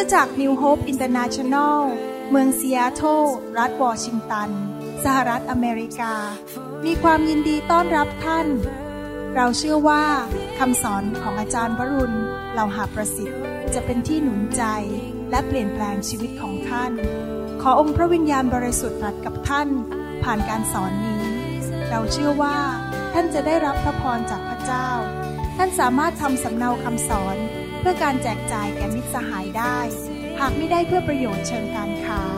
จักร New Hope International เมืองซีแอตเทิลรัฐวอชิงตันสหรัฐอเมริกามีความยินดีต้อนรับท่านเราเชื่อว่าคำสอนของอาจารย์วรุณ เหล่าหาประสิทธิ์จะเป็นที่หนุนใจและเปลี่ยนแปลงชีวิตของท่านขอองค์พระวิญญาณบริสุทธิ์ตรัสกับท่านผ่านการสอนนี้เราเชื่อว่าท่านจะได้รับพระพรจากพระเจ้าท่านสามารถทำสำเนาคำสอนเพื่อการแจกจ่ายแก่มิตรสหายได้หากไม่ได้เพื่อประโยชน์เชิงการค้า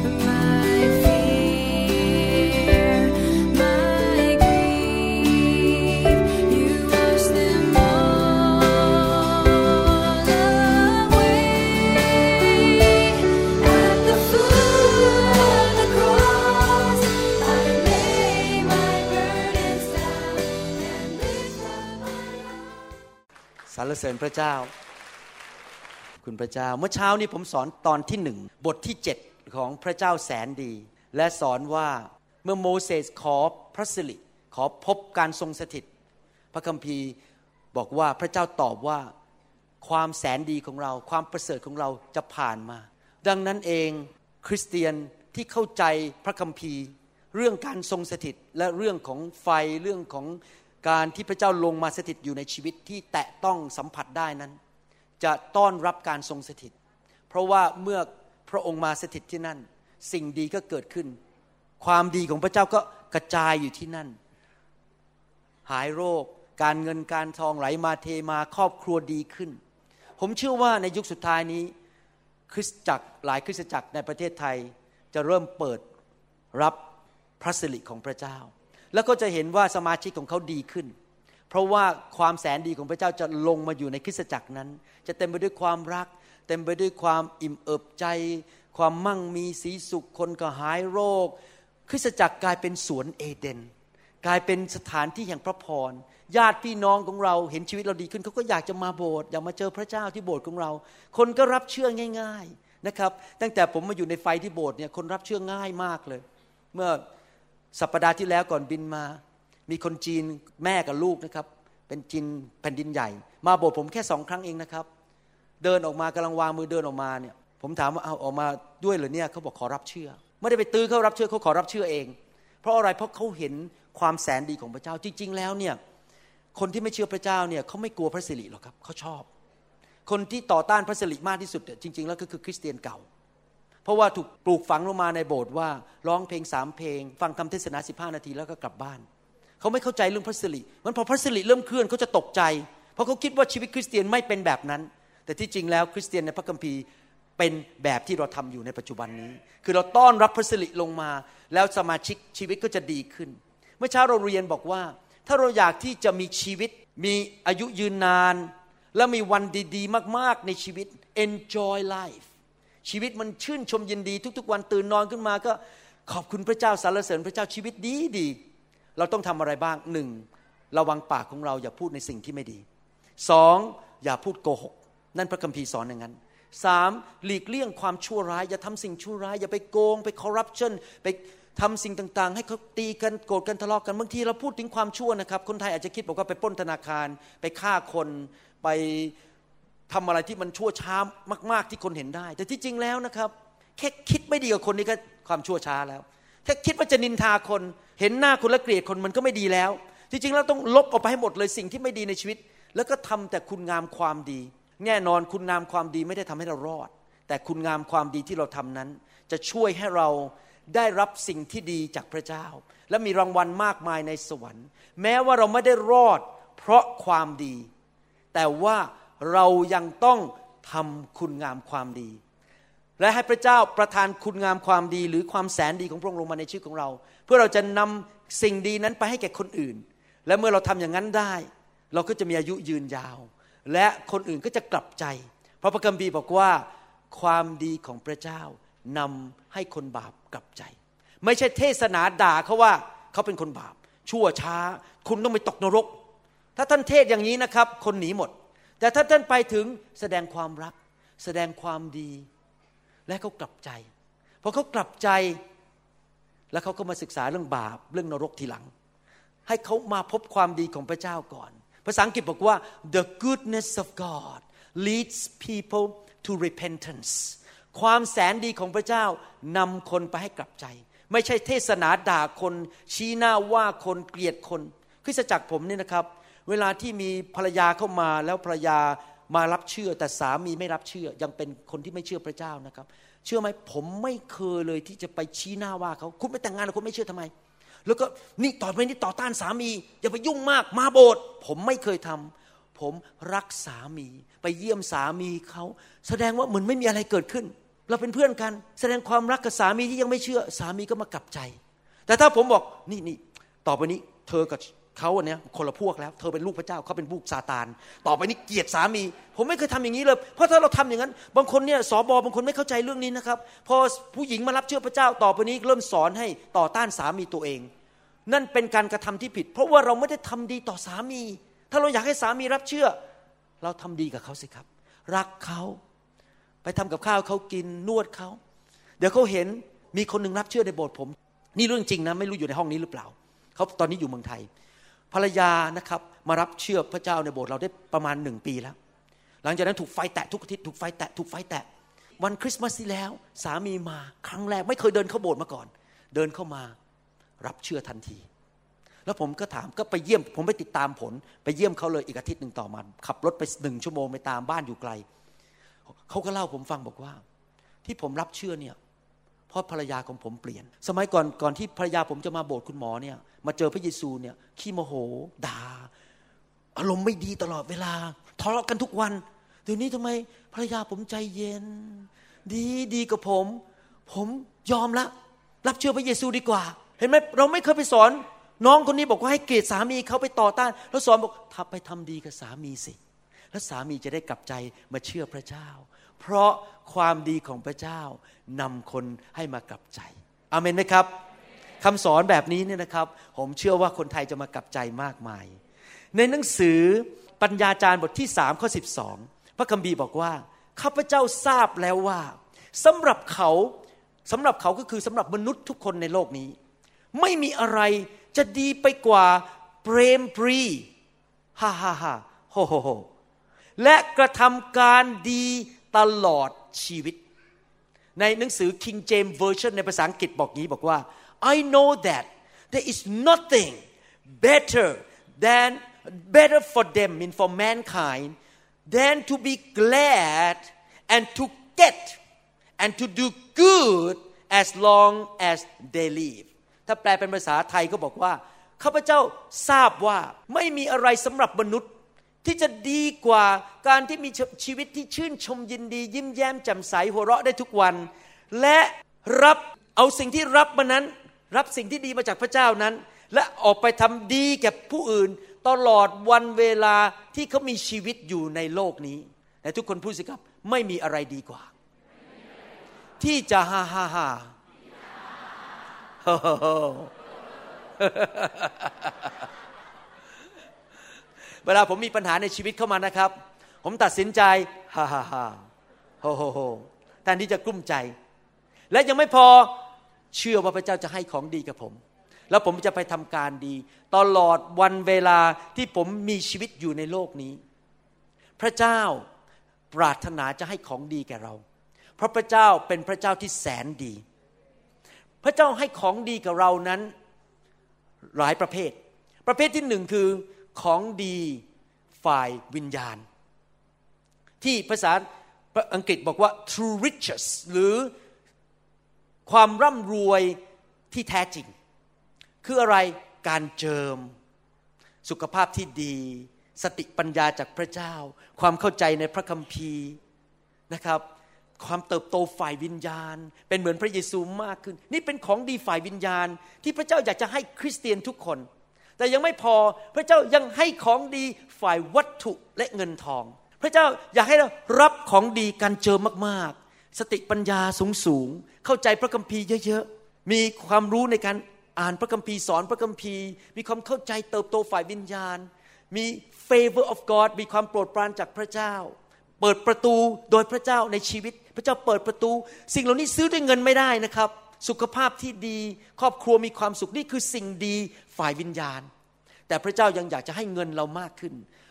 สรรเสริญพระเจ้าคุณพระเจ้าเมื่อเช้านี้ผมสอนตอนที่1บทที่7ของพระเจ้าแสนดีและสอนว่าเมื่อโมเสสขอพระสิริขอพบการทรงสถิตพระคัมภีร์บอกว่าพระเจ้าตอบว่าความแสนดีของเราความประเสริฐของเราจะผ่านมาดังนั้นเองคริสเตียนที่เข้าใจพระคัมภีร์เรื่องการทรงสถิตและเรื่องของไฟเรื่องของการที่พระเจ้าลงมาสถิตอยู่ในชีวิตที่แตะต้องสัมผัสได้นั้นจะต้อนรับการทรงสถิตเพราะว่าเมื่อพระองค์มาสถิตที่นั่นสิ่งดีก็เกิดขึ้นความดีของพระเจ้าก็กระจายอยู่ที่นั่นหายโรคการเงินการทองไหลมาเทมาครอบครัวดีขึ้นผมเชื่อว่าในยุคสุดท้ายนี้คริสตจักรหลายคริสตจักรในประเทศไทยจะเริ่มเปิดรับพระสิริของพระเจ้าแล้วก็จะเห็นว่าสมาชิกของเขาดีขึ้นเพราะว่าความแสนดีของพระเจ้าจะลงมาอยู่ในคริสตจักรนั้นจะเต็มไปด้วยความรักเต็มไปด้วยความอิ่มเอิบใจความมั่งมีสีสุขคนก็หายโรคคริสตจักรกลายเป็นสวนเอเดนกลายเป็นสถานที่แห่งพระพรญาติพี่น้องของเราเห็นชีวิตเราดีขึ้นเขาก็อยากจะมาโบสถ์อยากมาเจอพระเจ้าที่โบสถ์ของเราคนก็รับเชื่อง่ายๆนะครับตั้งแต่ผมมาอยู่ในไฟที่โบสถ์เนี่ยคนรับเชื่อง่ายมากเลยเมื่อสัปดาห์ที่แล้วก่อนบินมามีคนจีนแม่กับลูกนะครับเป็นจีนแผ่นดินใหญ่มาโบสถ์ผมแค่2 ครั้งเองนะครับเดินออกมากำลังวางมือเดินออกมาเนี่ยผมถามว่าเอาออกมาด้วยเหรอเนี่ยเขาบอกขอรับเชื่อไม่ได้ไปตื้อเขารับเชื่อเขาขอรับเชื่อเองเพราะอะไรเพราะเขาเห็นความแสนดีของพระเจ้าจริงๆแล้วเนี่ยคนที่ไม่เชื่อพระเจ้าเนี่ยเขาไม่กลัวพระสิริหรอกครับเขาชอบคนที่ต่อต้านพระสิริมากที่สุดจริงๆแล้วก็คือคริสเตียนเก่าเพราะว่าถูกปลูกฝังลงมาในโบสถ์ว่าร้องเพลง3เพลงฟังคำเทศนา15นาทีแล้วก็กลับบ้านเขาไม่เข้าใจเรื่องพระสิริมันพอพระสิริเริ่มเคลื่อนเขาจะตกใจเพราะเขาคิดว่าชีวิตคริสเตียนไม่เป็นแบบนั้นแต่ที่จริงแล้วคริสเตียนในพระคัมภีร์เป็นแบบที่เราทำอยู่ในปัจจุบันนี้คือเราต้อนรับพระสิริลงมาแล้วสมาชิกชีวิตก็จะดีขึ้นเมื่อเช้าเราเรียนบอกว่าถ้าเราอยากที่จะมีชีวิตมีอายุยืนนานและมีวันดีๆมากๆในชีวิต enjoy lifeชีวิตมันชื่นชมยินดีทุกๆวันตื่นนอนขึ้นมาก็ขอบคุณพระเจ้าสรรเสริญพระเจ้าชีวิตดีๆเราต้องทำอะไรบ้าง1ระวังปากของเราอย่าพูดในสิ่งที่ไม่ดี2อย่าพูดโกหกนั่นพระคัมภีร์สอนอย่างนั้น3หลีกเลี่ยงความชั่วร้ายอย่าทำสิ่งชั่วร้ายอย่าไปโกงไปคอร์รัปชันไปทำสิ่งต่างๆให้เขาตีกันโกรธกันทะเลาะกันบางทีเราพูดถึงความชั่วนะครับคนไทยอาจจะคิดบอกว่าไปปล้นธนาคารไปฆ่าคนไปทำอะไรที่มันชั่วช้ามากๆที่คนเห็นได้แต่ที่จริงแล้วนะครับแค่คิดไม่ดีกับคนนี้ก็ความชั่วช้าแล้วแค่คิดว่าจะนินทาคนเห็นหน้าคนแล้วเกลียดคนมันก็ไม่ดีแล้วที่จริงแล้วต้องลบออกไปให้หมดเลยสิ่งที่ไม่ดีในชีวิตแล้วก็ทำแต่คุณงามความดีแน่นอนคุณงามความดีไม่ได้ทำให้เรารอดแต่คุณงามความดีที่เราทำนั้นจะช่วยให้เราได้รับสิ่งที่ดีจากพระเจ้าและมีรางวัลมากมายในสวรรค์แม้ว่าเราไม่ได้รอดเพราะความดีแต่ว่าเรายังต้องทำคุณงามความดีและให้พระเจ้าประทานคุณงามความดีหรือความแสนดีของพระองค์ลงมาในชีวิตของเราเพื่อเราจะนำสิ่งดีนั้นไปให้แก่คนอื่นและเมื่อเราทำอย่างนั้นได้เราก็จะมีอายุยืนยาวและคนอื่นก็จะกลับใจเพราะพระคัมภีร์บอกว่าความดีของพระเจ้านำให้คนบาปกลับใจไม่ใช่เทศนาด่าเขาว่าเขาเป็นคนบาปชั่วช้าคุณต้องไปตกนรกถ้าท่านเทศอย่างนี้นะครับคนหนีหมดแต่ถ้าท่านไปถึงแสดงความรักแสดงความดีและเขากลับใจพอเขากลับใจแล้วเขาก็มาศึกษาเรื่องบาปเรื่องนรกทีหลังให้เขามาพบความดีของพระเจ้าก่อนภาษาอังกฤษบอกว่า the goodness of God leads people to repentance ความแสนดีของพระเจ้านำคนไปให้กลับใจไม่ใช่เทศนาด่าคนชี้หน้าว่าคนเกลียดคนคริสตจักรผมเนี่ยนะครับเวลาที่มีภรรยาเข้ามาแล้วภรรยามารับเชื่อแต่สามีไม่รับเชื่อยังเป็นคนที่ไม่เชื่อพระเจ้านะครับเชื่อไหมผมไม่เคยเลยที่จะไปชี้หน้าว่าเขาคุณไม่แต่งงานแล้วคุณไม่เชื่อทำไมแล้วก็นี่ต่อไปนี้ต่อต้านสามีอย่าไปยุ่งมากมาโบสถ์ผมไม่เคยทำผมรักสามีไปเยี่ยมสามีเขาแสดงว่าเหมือนไม่มีอะไรเกิดขึ้นเราเป็นเพื่อนกันแสดงความรักกับสามีที่ยังไม่เชื่อสามีก็มากลับใจแต่ถ้าผมบอกนี่ต่อไปนี้เธอกับเขาเนี่ยคนละพวกแล้วเธอเป็นลูกพระเจ้าเขาเป็นลูกซาตานต่อไปนี้เกลียดสามีผมไม่เคยทำอย่างนี้เลยเพราะถ้าเราทำอย่างนั้นบางคนเนี่ยสบางคนไม่เข้าใจเรื่องนี้นะครับพอผู้หญิงมารับเชื่อพระเจ้าต่อไปนี้เริ่มสอนให้ต่อต้านสามีตัวเองนั่นเป็นการกระทำที่ผิดเพราะว่าเราไม่ได้ทำดีต่อสามีถ้าเราอยากให้สามีรับเชื่อเราทำดีกับเขาสิครับรักเขาไปทำกับข้าวเขากินนวดเขาเดี๋ยวเขาเห็นมีคนหนึ่งรับเชื่อในโบสถ์ผมนี่เรื่องจริงนะไม่รู้อยู่ในห้องนี้หรือเปล่าเขาตอนนี้อยู่เมืองไทยภรรยานะครับมารับเชื่อพระเจ้าในโบสถ์เราได้ประมาณ1 ปีแล้วหลังจากนั้นถูกไฟแตะทุกอาทิตย์ถูกไฟแตะวันคริสต์มาสที่แล้วสามีมาครั้งแรกไม่เคยเดินเข้าโบสถ์มาก่อนเดินเข้ามารับเชื่อทันทีแล้วผมก็ถามก็ไปเยี่ยมผมไปติดตามผลไปเยี่ยมเขาเลยอีกอาทิตย์นึงต่อมาขับรถไป1 ชั่วโมงไปตามบ้านอยู่ไกลเขาก็เล่าผมฟังบอกว่าที่ผมรับเชื่อเนี่ยเพราะภรรยาของผมเปลี่ยนสมัยก่อนที่ภรรยาผมจะมาโบสถ์คุณหมอเนี่ยมาเจอพระเยซูเนี่ยขี้โมโหด่าอารมณ์ไม่ดีตลอดเวลาทะเลาะกันทุกวันเดี๋ยวนี้ทำไมภรรยาผมใจเย็นดีกับผมยอมละรับเชื่อพระเยซูดีกว่าเห็นไหมเราไม่เคยไปสอนน้องคนนี้บอกว่าให้เกลียดสามีเขาไปต่อต้านแล้วสอนบอกไปทำดีกับสามีสิแล้วสามีจะได้กลับใจมาเชื่อพระเจ้าเพราะความดีของพระเจ้านำคนให้มากลับใจอาเมนไหมครับคำสอนแบบนี้เนี่ยนะครับผมเชื่อว่าคนไทยจะมากลับใจมากมายในหนังสือปัญญาจารย์บทที่3 ข้อ 12พระคัมภีร์บอกว่าข้าพเจ้าทราบแล้วว่าสำหรับเขาก็คือสำหรับมนุษย์ทุกคนในโลกนี้ไม่มีอะไรจะดีไปกว่าเปรมปรีโฮและกระทำการดีตลอดชีวิตในหนังสือ King James Version ในภาษาอังกฤษบอกงี้บอกว่า I know that there is nothing better for them for mankind than to be glad and to get and to do good as long as they live ถ้าแปลเป็นภาษาไทยก็บอกว่าข้าพเจ้าทราบว่าไม่มีอะไรสำหรับมนุษย์ที่จะดีกว่าการที่มีชีวิตที่ชื่นชมยินดียิ้มแย้มแจ่มใสหัวเราะได้ทุกวันและรับเอาสิ่งที่รับมานั้นรับสิ่งที่ดีมาจากพระเจ้านั้นและออกไปทำดีแก่ผู้อื่นตลอดวันเวลาที่เขามีชีวิตอยู่ในโลกนี้แต่ทุกคนพูดสิครับไม่มีอะไรดีกว่าที่จะฮ่าเวลาผมมีปัญหาในชีวิตเข้ามานะครับผมตัดสินใจฮ่าโฮแทนที่จะกลุ้มใจและยังไม่พอเชื่อว่าพระเจ้าจะให้ของดีกับผมแล้วผมจะไปทำการดีตลอดวันเวลาที่ผมมีชีวิตอยู่ในโลกนี้พระเจ้าปรารถนาจะให้ของดีแก่เราเพราะพระเจ้าเป็นพระเจ้าที่แสนดีพระเจ้าให้ของดีกับเรานั้นหลายประเภทที่1คือของดีฝ่ายวิญญาณที่ภาษาอังกฤษบอกว่า true riches หรือความร่ำรวยที่แท้จริงคืออะไรการเจิมสุขภาพที่ดีสติปัญญาจากพระเจ้าความเข้าใจในพระคัมภีร์นะครับความเติบโตฝ่ายวิญญาณเป็นเหมือนพระเยซูมากขึ้นนี่เป็นของดีฝ่ายวิญญาณที่พระเจ้าอยากจะให้คริสเตียนทุกคนแต่ยังไม่พอพระเจ้ายังให้ของดีฝ่ายวัตถุและเงินทองพระเจ้าอยากให้เรารับของดีการเจิมมากๆสติปัญญาสูงๆเข้าใจพระคัมภีร์เยอะๆมีความรู้ในการอ่านพระคัมภีร์สอนพระคัมภีร์มีความเข้าใจเติบโตฝ่ายวิญญาณมี favor of God มีความโปรดปรานจากพระเจ้าเปิดประตูโดยพระเจ้าในชีวิตพระเจ้าเปิดประตูสิ่งเหล่านี้ซื้อด้วยเงินไม่ได้นะครับสุขภาพที่ดีครอบครัวมีความสุขนี่คือสิ่งดีฝ่ายวิญญาณแต่พระเจ้ายังอยากจะให้เงินเรามากขึ้น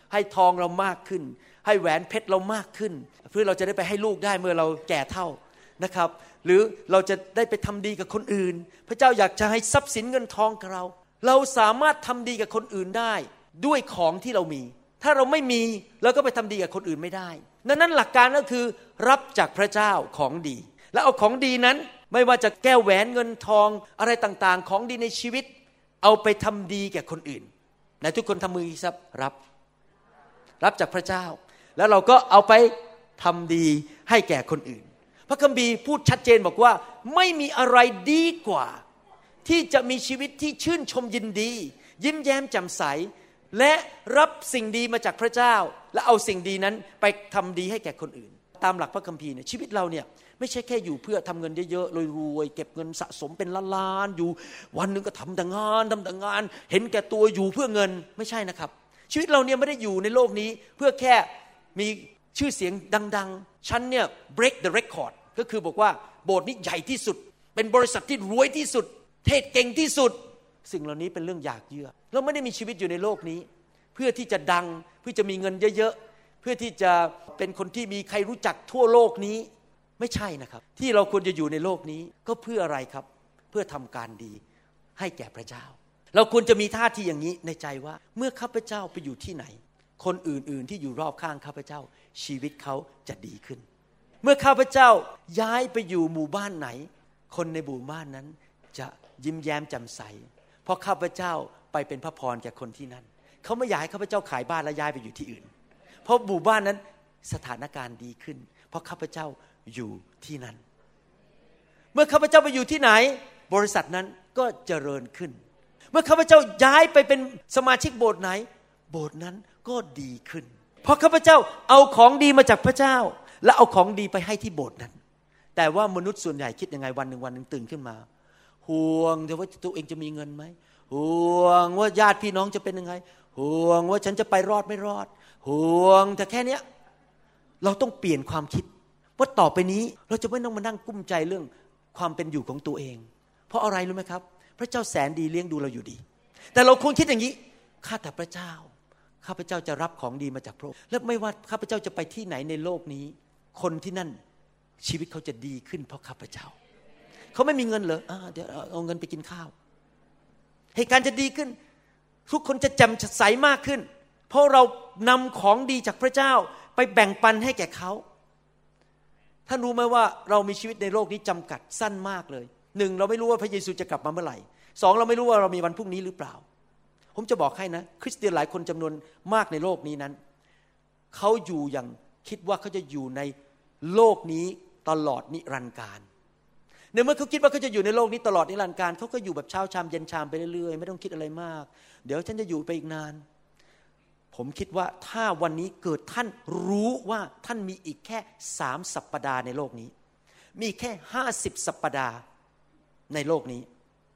ให้ทองเรามากขึ้นให้แหวนเพชรเรามากขึ้นเพื่อเราจะได้ไปให้ลูกได้เมื่อเราแก่เฒ่านะครับหรือเราจะได้ไปทำดีกับคนอื่นพระเจ้าอยากจะให้ทรัพย์สินเงินทองกับเราสามารถทำดีกับคนอื่นได้ด้วยของที่เรามีถ้าเราไม่มีเราก็ไปทำดีกับคนอื่นไม่ได้ดังนั้นหลักการก็คือรับจากพระเจ้าของดีแล้วเอาของดีนั้นไม่ว่าจะแก้วแหวนเงินทองอะไรต่างๆของดีในชีวิตเอาไปทำดีแก่คนอื่นไหนทุกคนทำมือครับรับจากพระเจ้าแล้วเราก็เอาไปทำดีให้แก่คนอื่นพระคัมภีร์พูดชัดเจนบอกว่าไม่มีอะไรดีกว่าที่จะมีชีวิตที่ชื่นชมยินดียิ้มแย้มแจ่มใสและรับสิ่งดีมาจากพระเจ้าและเอาสิ่งดีนั้นไปทำดีให้แก่คนอื่นตามหลักพระคัมภีร์เนี่ยชีวิตเราเนี่ยไม่ใช่แค่อยู่เพื่อทำเงินเยอะๆรวยๆเก็บเงินสะสมเป็นล้านๆอยู่วันนึงก็ทำแต่งานเห็นแก่ตัวอยู่เพื่อเงินไม่ใช่นะครับชีวิตเราเนี่ยไม่ได้อยู่ในโลกนี้เพื่อแค่มีชื่อเสียงดังๆฉันเนี่ย break the record ก็คือบอกว่าโบสถ์นี้ใหญ่ที่สุดเป็นบริษัทที่รวยที่สุดเทศเก่งที่สุดสิ่งเหล่านี้เป็นเรื่องอยากเยือกเราไม่ได้มีชีวิตอยู่ในโลกนี้เพื่อที่จะดังเพื่อจะมีเงินเยอะๆเพื่อที่จะเป็นคนที่มีใครรู้จักทั่วโลกนี้ไม่ใช่นะครับที่เราควรจะอยู่ในโลกนี้ก็เพื่ออะไรครับเพื่อทำการดีให้แก่พระเจ้าเราควรจะมีท่าทีอย่างนี้ในใจว่าเมื่อข้าพเจ้าไปอยู่ที่ไหนคนอื่นๆที่อยู่รอบข้างข้าพเจ้าชีวิตเขาจะดีขึ้นเมื่อข้าพเจ้าย้ายไปอยู่หมู่บ้านไหนคนในหมู่บ้านนั้นจะยิ้มแย้มแจ่มใสเพราะข้าพเจ้าไปเป็นพระพรแก่คนที่นั่นเขาไม่อยากให้ข้าพเจ้าขายบ้านแล้วย้ายไปอยู่ที่อื่นเพราะหมู่บ้านนั้นสถานการณ์ดีขึ้นเพราะข้าพเจ้าอยู่ที่นั่นเมื่อข้าพเจ้าไปอยู่ที่ไหนบริษัทนั้นก็เจริญขึ้นเมื่อข้าพเจ้าย้ายไปเป็นสมาชิกโบสถ์ไหนโบสถ์นั้นก็ดีขึ้นเพราะข้าพเจ้าเอาของดีมาจากพระเจ้าและเอาของดีไปให้ที่โบสถ์นั้นแต่ว่ามนุษย์ส่วนใหญ่คิดยังไงวันหนึ่งตื่นขึ้นมาห่วงแต่ว่าตัวเองจะมีเงินไหมห่วงว่าญาติพี่น้องจะเป็นยังไงห่วงว่าฉันจะไปรอดไม่รอดห่วงแต่แค่เนี้ยเราต้องเปลี่ยนความคิดว่าต่อไปนี้เราจะไม่ต้องมานั่งกุ้มใจเรื่องความเป็นอยู่ของตัวเองเพราะอะไรรู้ไหมครับพระเจ้าแสนดีเลี้ยงดูเราอยู่ดีแต่เราควรคิดอย่างนี้ข้าแต่พระเจ้าข้าพเจ้าจะรับของดีมาจากพระองค์และไม่ว่าข้าพเจ้าจะไปที่ไหนในโลกนี้คนที่นั่นชีวิตเขาจะดีขึ้นเพราะข้าพเจ้าเขาไม่มีเงินเหรอเดี๋ยวเอาเงินไปกินข้าวเหตุการณ์จะดีขึ้นทุกคนจะแจ่มใสมากขึ้นเพราะเรานำของดีจากพระเจ้าไปแบ่งปันให้แก่เขาท่านรู้ไหมว่าเรามีชีวิตในโลกนี้จำกัดสั้นมากเลยหนึ่งเราไม่รู้ว่าพระเยซูจะกลับมาเมื่อไหร่สองเราไม่รู้ว่าเรามีวันพรุ่งนี้หรือเปล่าผมจะบอกให้นะคริสเตียนหลายคนจำนวนมากในโลกนี้นั้นเขาอยู่อย่างคิดว่าเขาจะอยู่ในโลกนี้ตลอดนิรันดร์กาลในเมื่อเขาคิดว่าเขาจะอยู่ในโลกนี้ตลอดนิรันดร์กาลเขาก็อยู่แบบเช้าชามเย็นชามไปเรื่อยๆไม่ต้องคิดอะไรมากเดี๋ยวฉันจะอยู่ไปอีกนานผมคิดว่าถ้าวันนี้เกิดท่านรู้ว่าท่านมีอีกแค่3สัปดาห์ในโลกนี้มีแค่50สัปดาห์ในโลกนี้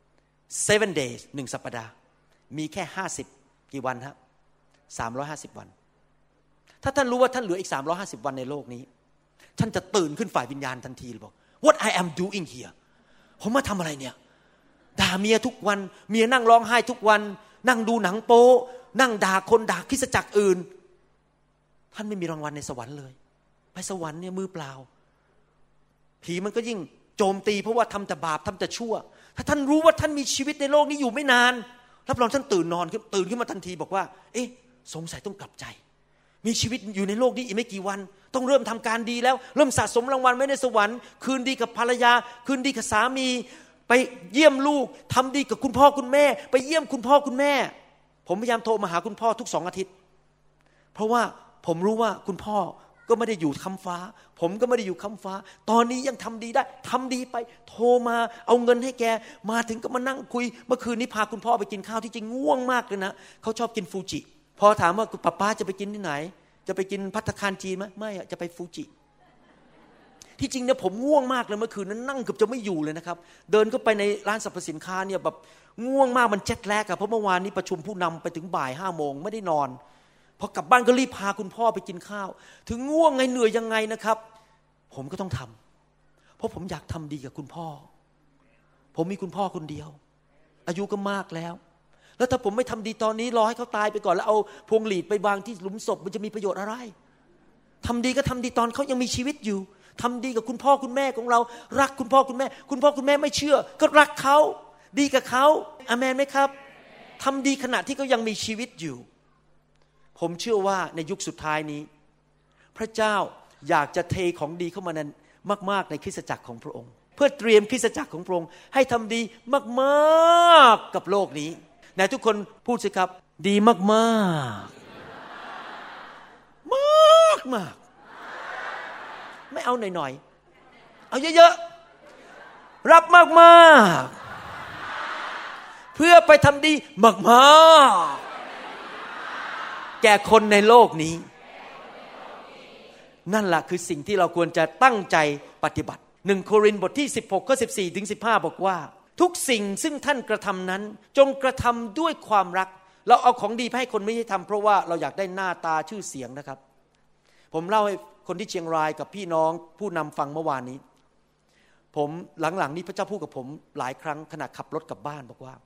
7 days 1สัปดาห์มีแค่50กี่วันฮะ350วันถ้าท่านรู้ว่าท่านเหลืออีก350วันในโลกนี้ท่านจะตื่นขึ้นฝ่ายวิญญาณทันทีเลยบอก What I am doing here ผมมาทำอะไรเนี่ยด่าเมียทุกวันเมียนั่งร้องไห้ทุกวันนั่งดูหนังโป๊นั่งด่าคนด่าคริสตจักรอื่นท่านไม่มีรางวัลในสวรรค์เลยไปสวรรค์เนี่ยมือเปล่าผีมันก็ยิ่งโจมตีเพราะว่าทำแต่บาปทำแต่ชั่วถ้าท่านรู้ว่าท่านมีชีวิตในโลกนี้อยู่ไม่นานรับรองท่านตื่นขึ้นมาทันทีบอกว่าเอ๊ะสงสัยต้องกลับใจมีชีวิตอยู่ในโลกนี้อีกไม่กี่วันต้องเริ่มทำการดีแล้วเริ่มสะสมรางวัลไว้ในสวรรค์คืนดีกับภรรยาคืนดีกับสามีไปเยี่ยมลูกทำดีกับคุณพ่อคุณแม่ไปเยี่ยมคุณพ่อคุณแม่ผมพยายามโทรมาหาคุณพ่อทุก2 อาทิตย์เพราะว่าผมรู้ว่าคุณพ่อก็ไม่ได้อยู่ค้ำฟ้าผมก็ไม่ได้อยู่ค้ำฟ้าตอนนี้ยังทำดีได้ทำดีไปโทรมาเอาเงินให้แกมาถึงก็มานั่งคุยเมื่อคืนนี้พาคุณพ่อไปกินข้าวที่จริงง่วงมากเลยนะเขาชอบกินฟูจิพอถามว่าป้าจะไปกินที่ไหนจะไปกินภัตตาคารจีนไหมไม่อะจะไปฟูจิที่จริงเนี่ยผมง่วงมากเลยเมื่อคืนนั้นนั่งเกือบจะไม่อยู่เลยนะครับเดินก็ไปในร้านสรรพสินค้าเนี่ยแบบง่วงมากมันเจ็ตแลกอะเพราะเมื่อวานนี้ประชุมผู้นำไปถึงบ่าย5 โมงไม่ได้นอนพอกลับบ้านก็รีบพาคุณพ่อไปกินข้าวถึงง่วงไงเหนื่อยยังไงนะครับผมก็ต้องทำเพราะผมอยากทำดีกับคุณพ่อผมมีคุณพ่อคนเดียวอายุก็มากแล้วแล้วถ้าผมไม่ทำดีตอนนี้รอให้เขาตายไปก่อนแล้วเอาพวงหลีดไปวางที่หลุมศพมันจะมีประโยชน์อะไรทำดีก็ทำดีตอนเขายังมีชีวิตอยู่ทำดีกับคุณพ่อคุณแม่ของเรารักคุณพ่อคุณแม่คุณพ่อคุณแม่ไม่เชื่อก็รักเขาดีกับเขาอาเมนไหมครับทำดีขณะที่เขายังมีชีวิตอยู่ผมเชื่อว่าในยุคสุดท้ายนี้พระเจ้าอยากจะเทของดีเข้ามานั้นมากๆในคริสตจักรของพระองค์เพื่อเตรียมคริสตจักรของพระองค์ให้ทำดีมากๆกับโลกนี้ไหนทุกคนพูดสิครับดีมากๆมากไม่เอาหน่อยๆเอาเยอะๆรับมากๆเพื่อไปทำดีมากๆแก่คนในโลกนี้นั่นแหละคือสิ่งที่เราควรจะตั้งใจปฏิบัติ1โครินธ์บทที่16ข้อ14ถึง15บอกว่าทุกสิ่งซึ่งท่านกระทำนั้นจงกระทำด้วยความรักเราเอาของดีไปให้คนไม่ใช่ทำเพราะว่าเราอยากได้หน้าตาชื่อเสียงนะครับผมเล่าให้คนที่เชียงรายกับพี่น้องผู้นำฟังเมื่อวานนี้ผมหลังๆนี้พระเจ้าพูดกับผมหลายครั้งขณะขับรถกลับบ้านบอกว่า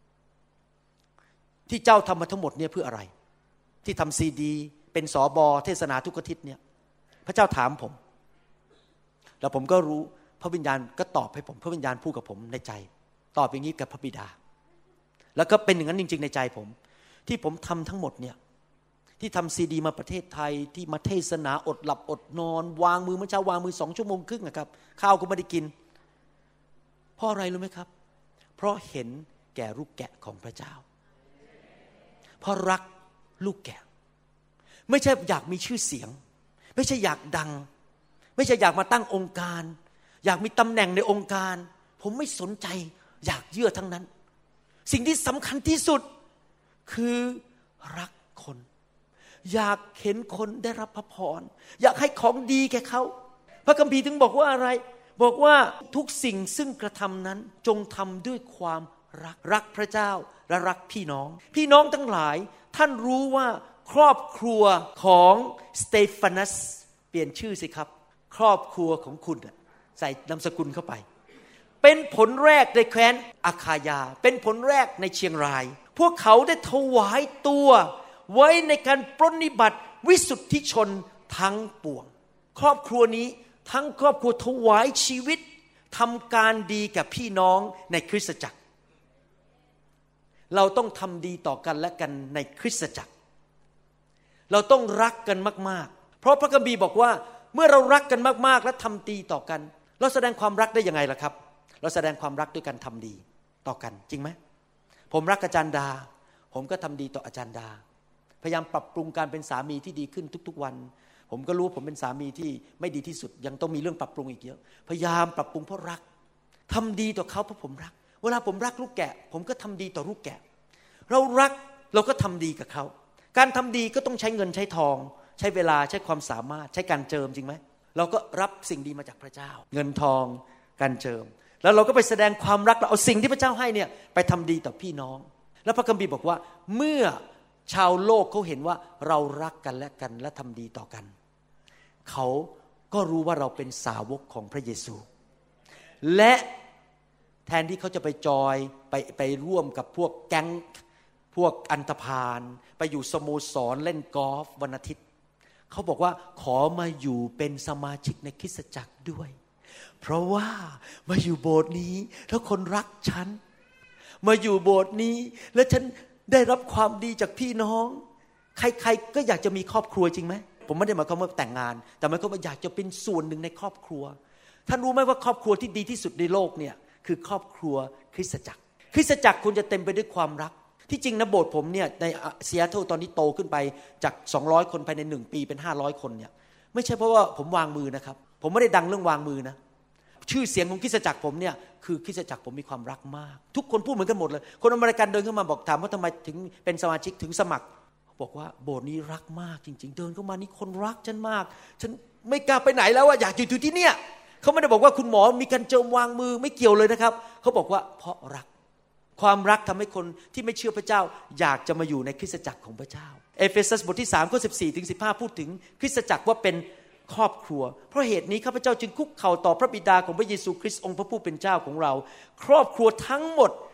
ที่เจ้าทำมาทั้งหมดเนี่ยเพื่ออะไรที่ทำซีดีเป็นสบเทศนาทุกอาทิตย์เนี่ยพระเจ้าถามผมแล้วผมก็รู้พระวิญญาณก็ตอบให้ผมพระวิญญาณพูดกับผมในใจตอบอย่างนี้กับพระบิดาแล้วก็เป็นอย่างนั้นจริงๆในใจผมที่ผมทำทั้งหมดเนี่ยที่ทำซีดีมาประเทศไทยที่มาเทศนาอดหลับอดนอนวางมือเมื่อเช้าวางมือ2 ชั่วโมงครึ่งนะครับข้าวก็ไม่ได้กินเพราะอะไรรู้ไหมครับเพราะเห็นแก่ลูกแกะของพระเจ้าเพราะรักลูกแกะไม่ใช่อยากมีชื่อเสียงไม่ใช่อยากดังไม่ใช่อยากมาตั้งองค์การอยากมีตำแหน่งในองค์การผมไม่สนใจอยากเยื่อทั้งนั้นสิ่งที่สำคัญที่สุดคือรักคนอยากเห็นคนได้รับพระพรอยากให้ของดีแก่เขาพระคัมภีร์ถึงบอกว่าอะไรบอกว่าทุกสิ่งซึ่งกระทำนั้นจงทำด้วยความรักพระเจ้าและรักพี่น้องทั้งหลายท่านรู้ว่าครอบครัวของสเตฟานัสเปลี่ยนชื่อสิครับครอบครัวของคุณใส่นามสกุลเข้าไปเป็นผลแรกในแคว้นอาคายาเป็นผลแรกในเชียงรายพวกเขาได้ถวายตัวไว้ในการปรนนิบัติวิสุทธิชนทั้งปวงครอบครัวนี้ทั้งครอบครัวถวายชีวิตทำการดีกับพี่น้องในคริสตจักรเราต้องทำดีต่อกันและกันในคริสตจักรเราต้องรักกันมากๆเพราะพระคัมภีร์บอกว่าเมื่อเรารักกันมากๆและทำดีต่อกันเราแสดงความรักได้ยังไงล่ะครับเราแสดงความรักด้วยการทำดีต่อกันจริงไหมผมรักอาจารย์ดาผมก็ทำดีต่ออาจารย์ดาพยายามปรับปรุงการเป็นสามีที่ดีขึ้นทุกๆวันผมก็รู้ผมเป็นสามีที่ไม่ดีที่สุดยังต้องมีเรื่องปรับปรุงอีกเยอะพยายามปรับปรุงเพราะรักทำดีต่อเขาเพราะผมรักเวลาผมรักลูกแกะผมก็ทำดีต่อลูกแกะเรารักเราก็ทำดีกับเขาการทำดีก็ต้องใช้เงินใช้ทองใช้เวลาใช้ความสามารถใช้การเจิมจริงไหมเราก็รับสิ่งดีมาจากพระเจ้าเงินทองการเจิมแล้วเราก็ไปแสดงความรักเราเอาสิ่งที่พระเจ้าให้เนี่ยไปทำดีต่อพี่น้องแล้วพระคัมภีร์บอกว่าเมื่อชาวโลกเขาเห็นว่าเรารักกันและกันและทำดีต่อกันเขาก็รู้ว่าเราเป็นสาวกของพระเยซูและแทนที่เขาจะไปจอยไปร่วมกับพวกแก๊งพวกอันธพาลไปอยู่สโมสรเล่นกอล์ฟวันอาทิตย์เขาบอกว่าขอมาอยู่เป็นสมาชิกในคริสตจักรด้วยเพราะว่ามาอยู่โบสถ์นี้แล้วคนรักฉันมาอยู่โบสถ์นี้แล้วฉันได้รับความดีจากพี่น้องใครๆก็อยากจะมีครอบครัวจริงไหมผมไม่ได้หมายความว่าแต่งงานแต่หมายความว่าอยากจะเป็นส่วนหนึ่งในครอบครัวท่านรู้ไหมว่าครอบครัวที่ดีที่สุดในโลกเนี่ยคือครอบครัวคริสตจักรคริสตจักรควรจะเต็มไปด้วยความรักที่จริงนะโบสถ์ผมเนี่ยในซีแอตเทิลตอนนี้โตขึ้นไปจาก200คนภายใน1ปีเป็น500คนเนี่ยไม่ใช่เพราะว่าผมวางมือนะครับผมไม่ได้ดังเรื่องวางมือนะชื่อเสียงของคริสตจักรผมเนี่ยคือคริสตจักรผมมีความรักมากทุกคนพูดเหมือนกันหมดเลยคนอเมริกันเดินเข้ามาบอกถามว่าทำไมถึงเป็นสมาชิกถึงสมัครบอกว่าโบสถ์นี้รักมากจริงๆเดินเข้ามานี่คนรักฉันมากฉันไม่กล้าไปไหนแล้วอยากอยู่ที่เนี่ยเขาไม่ได้บอกว่าคุณหมอมีการเจิมวางมือไม่เกี่ยวเลยนะครับเขาบอกว่าเพราะรักความรักทำให้คนที่ไม่เชื่อพระเจ้าอยากจะมาอยู่ในคริสตจักรของพระเจ้าเอเฟซัสบทที่3ข้อ14ถึง15พูดถึงคริสตจักรว่าเป็นครอบครัวเพราะเหตุนี้ข้าพเจ้าจึงคุกเข่าต่อพระบิดาของพระเยซูคริสต์องค์พระผู้เป็นเจ้าของเราครอบครัวทั้งหมด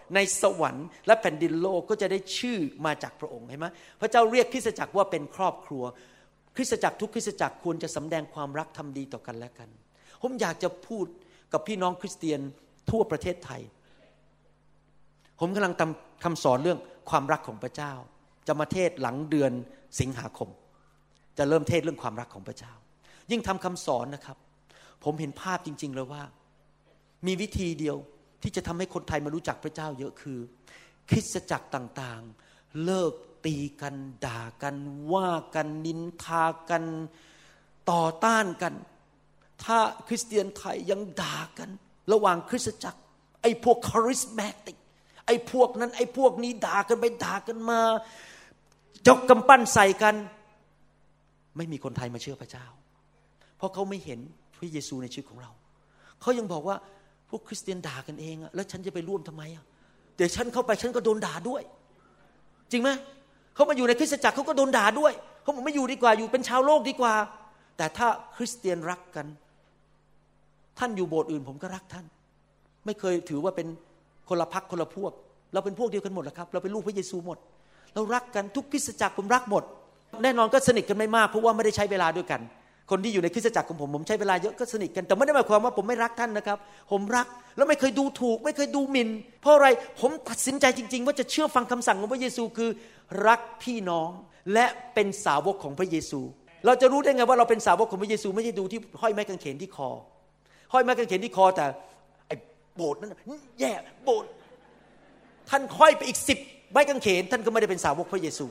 ในสวรรค์และแผ่นดินโลกก็จะได้ชื่อมาจากพระองค์เห็นไหมพระเจ้าเรียกคริสตจักรว่าเป็นครอบครัวคริสตจักรทุกคริสตจักรควรจะสำแดงความรักทำดีต่อกันและกันผมอยากจะพูดกับพี่น้องคริสเตียนทั่วประเทศไทยผมกำลังทำคำสอนเรื่องความรักของพระเจ้าจะมาเทศหลังเดือนสิงหาคมจะเริ่มเทศเรื่องความรักของพระเจ้ายิ่งทำคำสอนนะครับผมเห็นภาพจริงๆเลยว่ามีวิธีเดียวที่จะทำให้คนไทยมารู้จักพระเจ้าเยอะคือคริสตจักรต่างๆเลิกตีกันด่ากันว่ากันนินทากันต่อต้านกันถ้าคริสเตียนไทยยังด่ากันระหว่างคริสตจักรไอ้พวกคาริสแมติกไอ้พวกนั้นไอ้พวกนี้ด่ากันไปด่ากันมายกกำปั้นใส่กันไม่มีคนไทยมาเชื่อพระเจ้าเพราะเขาไม่เห็นพระเยซูในชีวิตของเราเขายังบอกว่าพวกคริสเตียนด่ากันเองแล้วฉันจะไปร่วมทำไมเดี๋ยวฉันเข้าไปฉันก็โดนด่าด้วยจริงไหมเขามาอยู่ในคริสตจักรเขาก็โดนด่าด้วยเขาบอกไม่อยู่ดีกว่าอยู่เป็นชาวโลกดีกว่าแต่ถ้าคริสเตียนรักกันท่านอยู่โบสถ์อื่นผมก็รักท่านไม่เคยถือว่าเป็นคนละพรรคคนละพวกเราเป็นพวกเดียวกันหมดแหละครับเราเป็นลูกพระเยซูหมดเรารักกันทุกคริสตจักรผมรักหมดแน่นอนก็สนิทกันไม่มากเพราะว่าไม่ได้ใช้เวลาด้วยกันคนที่อยู่ในคริสตจักรของผมใช้เวลาเยอะก็สนิทกันแต่ไม่ได้หมายความว่าผมไม่รักท่านนะครับผมรักแล้วไม่เคยดูถูกไม่เคยดูหมิ่นเพราะอะไรผมตัดสินใจจริงๆว่าจะเชื่อฟังคำสั่งของพระเยซูคือรักพี่น้องและเป็นสาวกของพระเยซูเราจะรู้ได้ไงว่าเราเป็นสาวกของพระเยซูไม่ใช่ดูที่ห้อยไม้กางเขนที่คอห้อยไม้กางเขนที่คอแต่ไอ้โบสถ์นั้นแย่โบสถ์ท่านห้อยไปอีก10ไม้กางเขนท่านก็ไม่ได้เป็นสาวกพระเยซู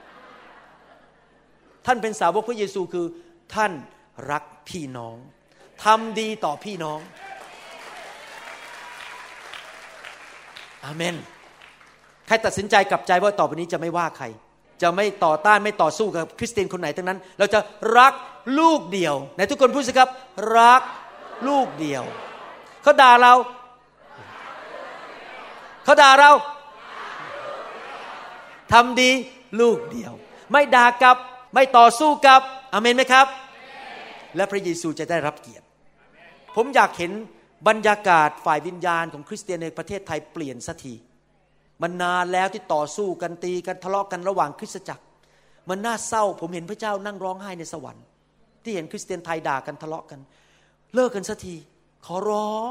ท่านเป็นสาวกพระเยซูคือท่านรักพี่น้องทำดีต่อพี่น้องอาเมนใครตัดสินใจกลับใจว่าต่อไปนี้จะไม่ว่าใครจะไม่ต่อต้านไม่ต่อสู้กับคริสเตียนคนไหนทั้งนั้นเราจะรักลูกเดียวไหนทุกคนพูดสิครับรักลูกเดียวเขาด่าเราทำดีลูกเดียวไม่ด่ากลับไม่ต่อสู้กับอาเมนไหมครับและพระเยซูจะได้รับเกียรติผมอยากเห็นบรรยากาศฝ่ายวิญญาณของคริสเตียนในประเทศไทยเปลี่ยนสักทีมันนานแล้วที่ต่อสู้กันตีกันทะเลาะกันระหว่างคริสตจักรมันน่าเศร้าผมเห็นพระเจ้านั่งร้องไห้ในสวรรค์ที่เห็นคริสเตียนไทยด่ากันทะเลาะกันเลิกกันสักทีขอร้อง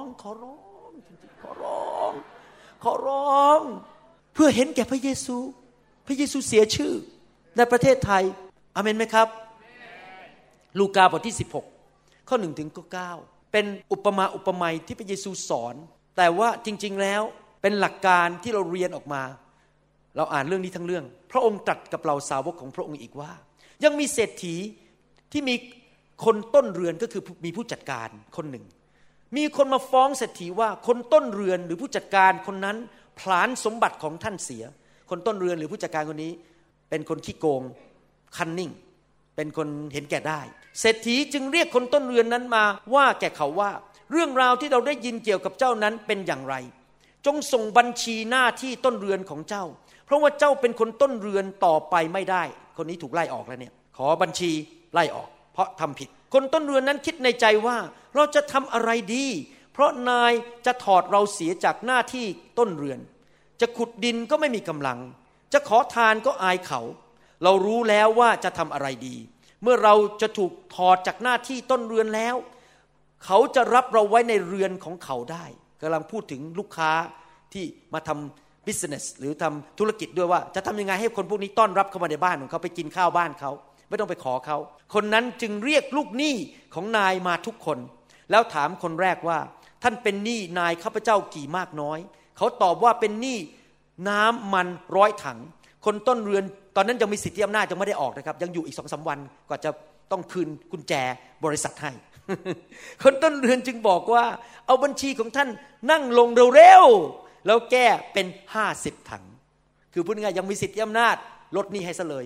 เพื่อเห็นแก่พระเยซูเสียชื่อในประเทศไทยอาเมนไหมครับลูกาบทที่16ข้อ1ถึงข้อ9เป็นอุปมาอุปไมยที่พระเยซูสอนแต่ว่าจริงๆแล้วเป็นหลักการที่เราเรียนออกมาเราอ่านเรื่องนี้ทั้งเรื่องพระองค์ตรัสกับเราสาวกของพระองค์อีกว่ายังมีเศรษฐีที่มีคนต้นเรือนก็คือมีผู้จัดการคนหนึ่งมีคนมาฟ้องเศรษฐีว่าคนต้นเรือนหรือผู้จัดการคนนั้นผลาญสมบัติของท่านเสียคนต้นเรือนหรือผู้จัดการคนนี้เป็นคนขี้โกงคันนิ่งเป็นคนเห็นแก่ได้เศรษฐีจึงเรียกคนต้นเรือนนั้นมาว่าแก่เขาว่าเรื่องราวที่เราได้ยินเกี่ยวกับเจ้านั้นเป็นอย่างไรจงส่งบัญชีหน้าที่ต้นเรือนของเจ้าเพราะว่าเจ้าเป็นคนต้นเรือนต่อไปไม่ได้คนนี้ถูกไล่ออกแล้วเนี่ยขอบัญชีไล่ออกเพราะทำผิดคนต้นเรือนนั้นคิดในใจว่าเราจะทำอะไรดีเพราะนายจะถอดเราเสียจากหน้าที่ต้นเรือนจะขุดดินก็ไม่มีกำลังจะขอทานก็อายเขาเรารู้แล้วว่าจะทำอะไรดีเมื่อเราจะถูกถอดจากหน้าที่ต้นเรือนแล้วเขาจะรับเราไว้ในเรือนของเขาได้กำลังพูดถึงลูกค้าที่มาทำ business หรือทำธุรกิจด้วยว่าจะทำยังไงให้คนพวกนี้ต้อนรับเข้ามาในบ้านของเขาไปกินข้าวบ้านเขาไม่ต้องไปขอเขาคนนั้นจึงเรียกลูกหนี้ของนายมาทุกคนแล้วถามคนแรกว่าท่านเป็นหนี้นายข้าพเจ้ากี่มากน้อยเขาตอบว่าเป็นหนี้น้ำมัน100 ถังคนต้นเรือนตอนนั้นยังมีสิทธิอำนาจยังไม่ได้ออกนะครับยังอยู่อีก 2-3 วันกว่าจะต้องคืนกุญแจบริษัทให้ คนต้นเรือนจึงบอกว่าเอาบัญชีของท่านนั่งลงเร็วๆแล้วแก้เป็น50 ถังคือพูดง่ายๆยังมีสิทธิอำนาจลดหนี้ให้ซะเลย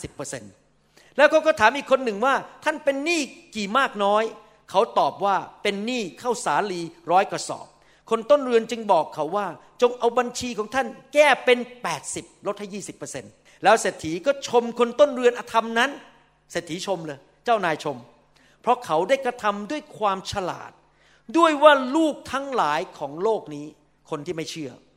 50% แล้วก็ถามอีกคนหนึ่งว่าท่านเป็นหนี้กี่มากน้อยเขาตอบว่าเป็นหนี้ข้าวสาลี100 กระสอบคนต้นเรือนจึงบอกเขาว่าจงเอาบัญชีของท่านแก้เป็น80ลดให้ 20% แล้วเศรษฐีก็ชมคนต้นเรือนอธรรมนั้นเศรษฐีชมเลยเจ้านายชมเพราะเขาได้กระทำด้วยความฉลาดด้วยว่าลูกทั้งหลายของโลกนี้คนที่ไม่เชื่อ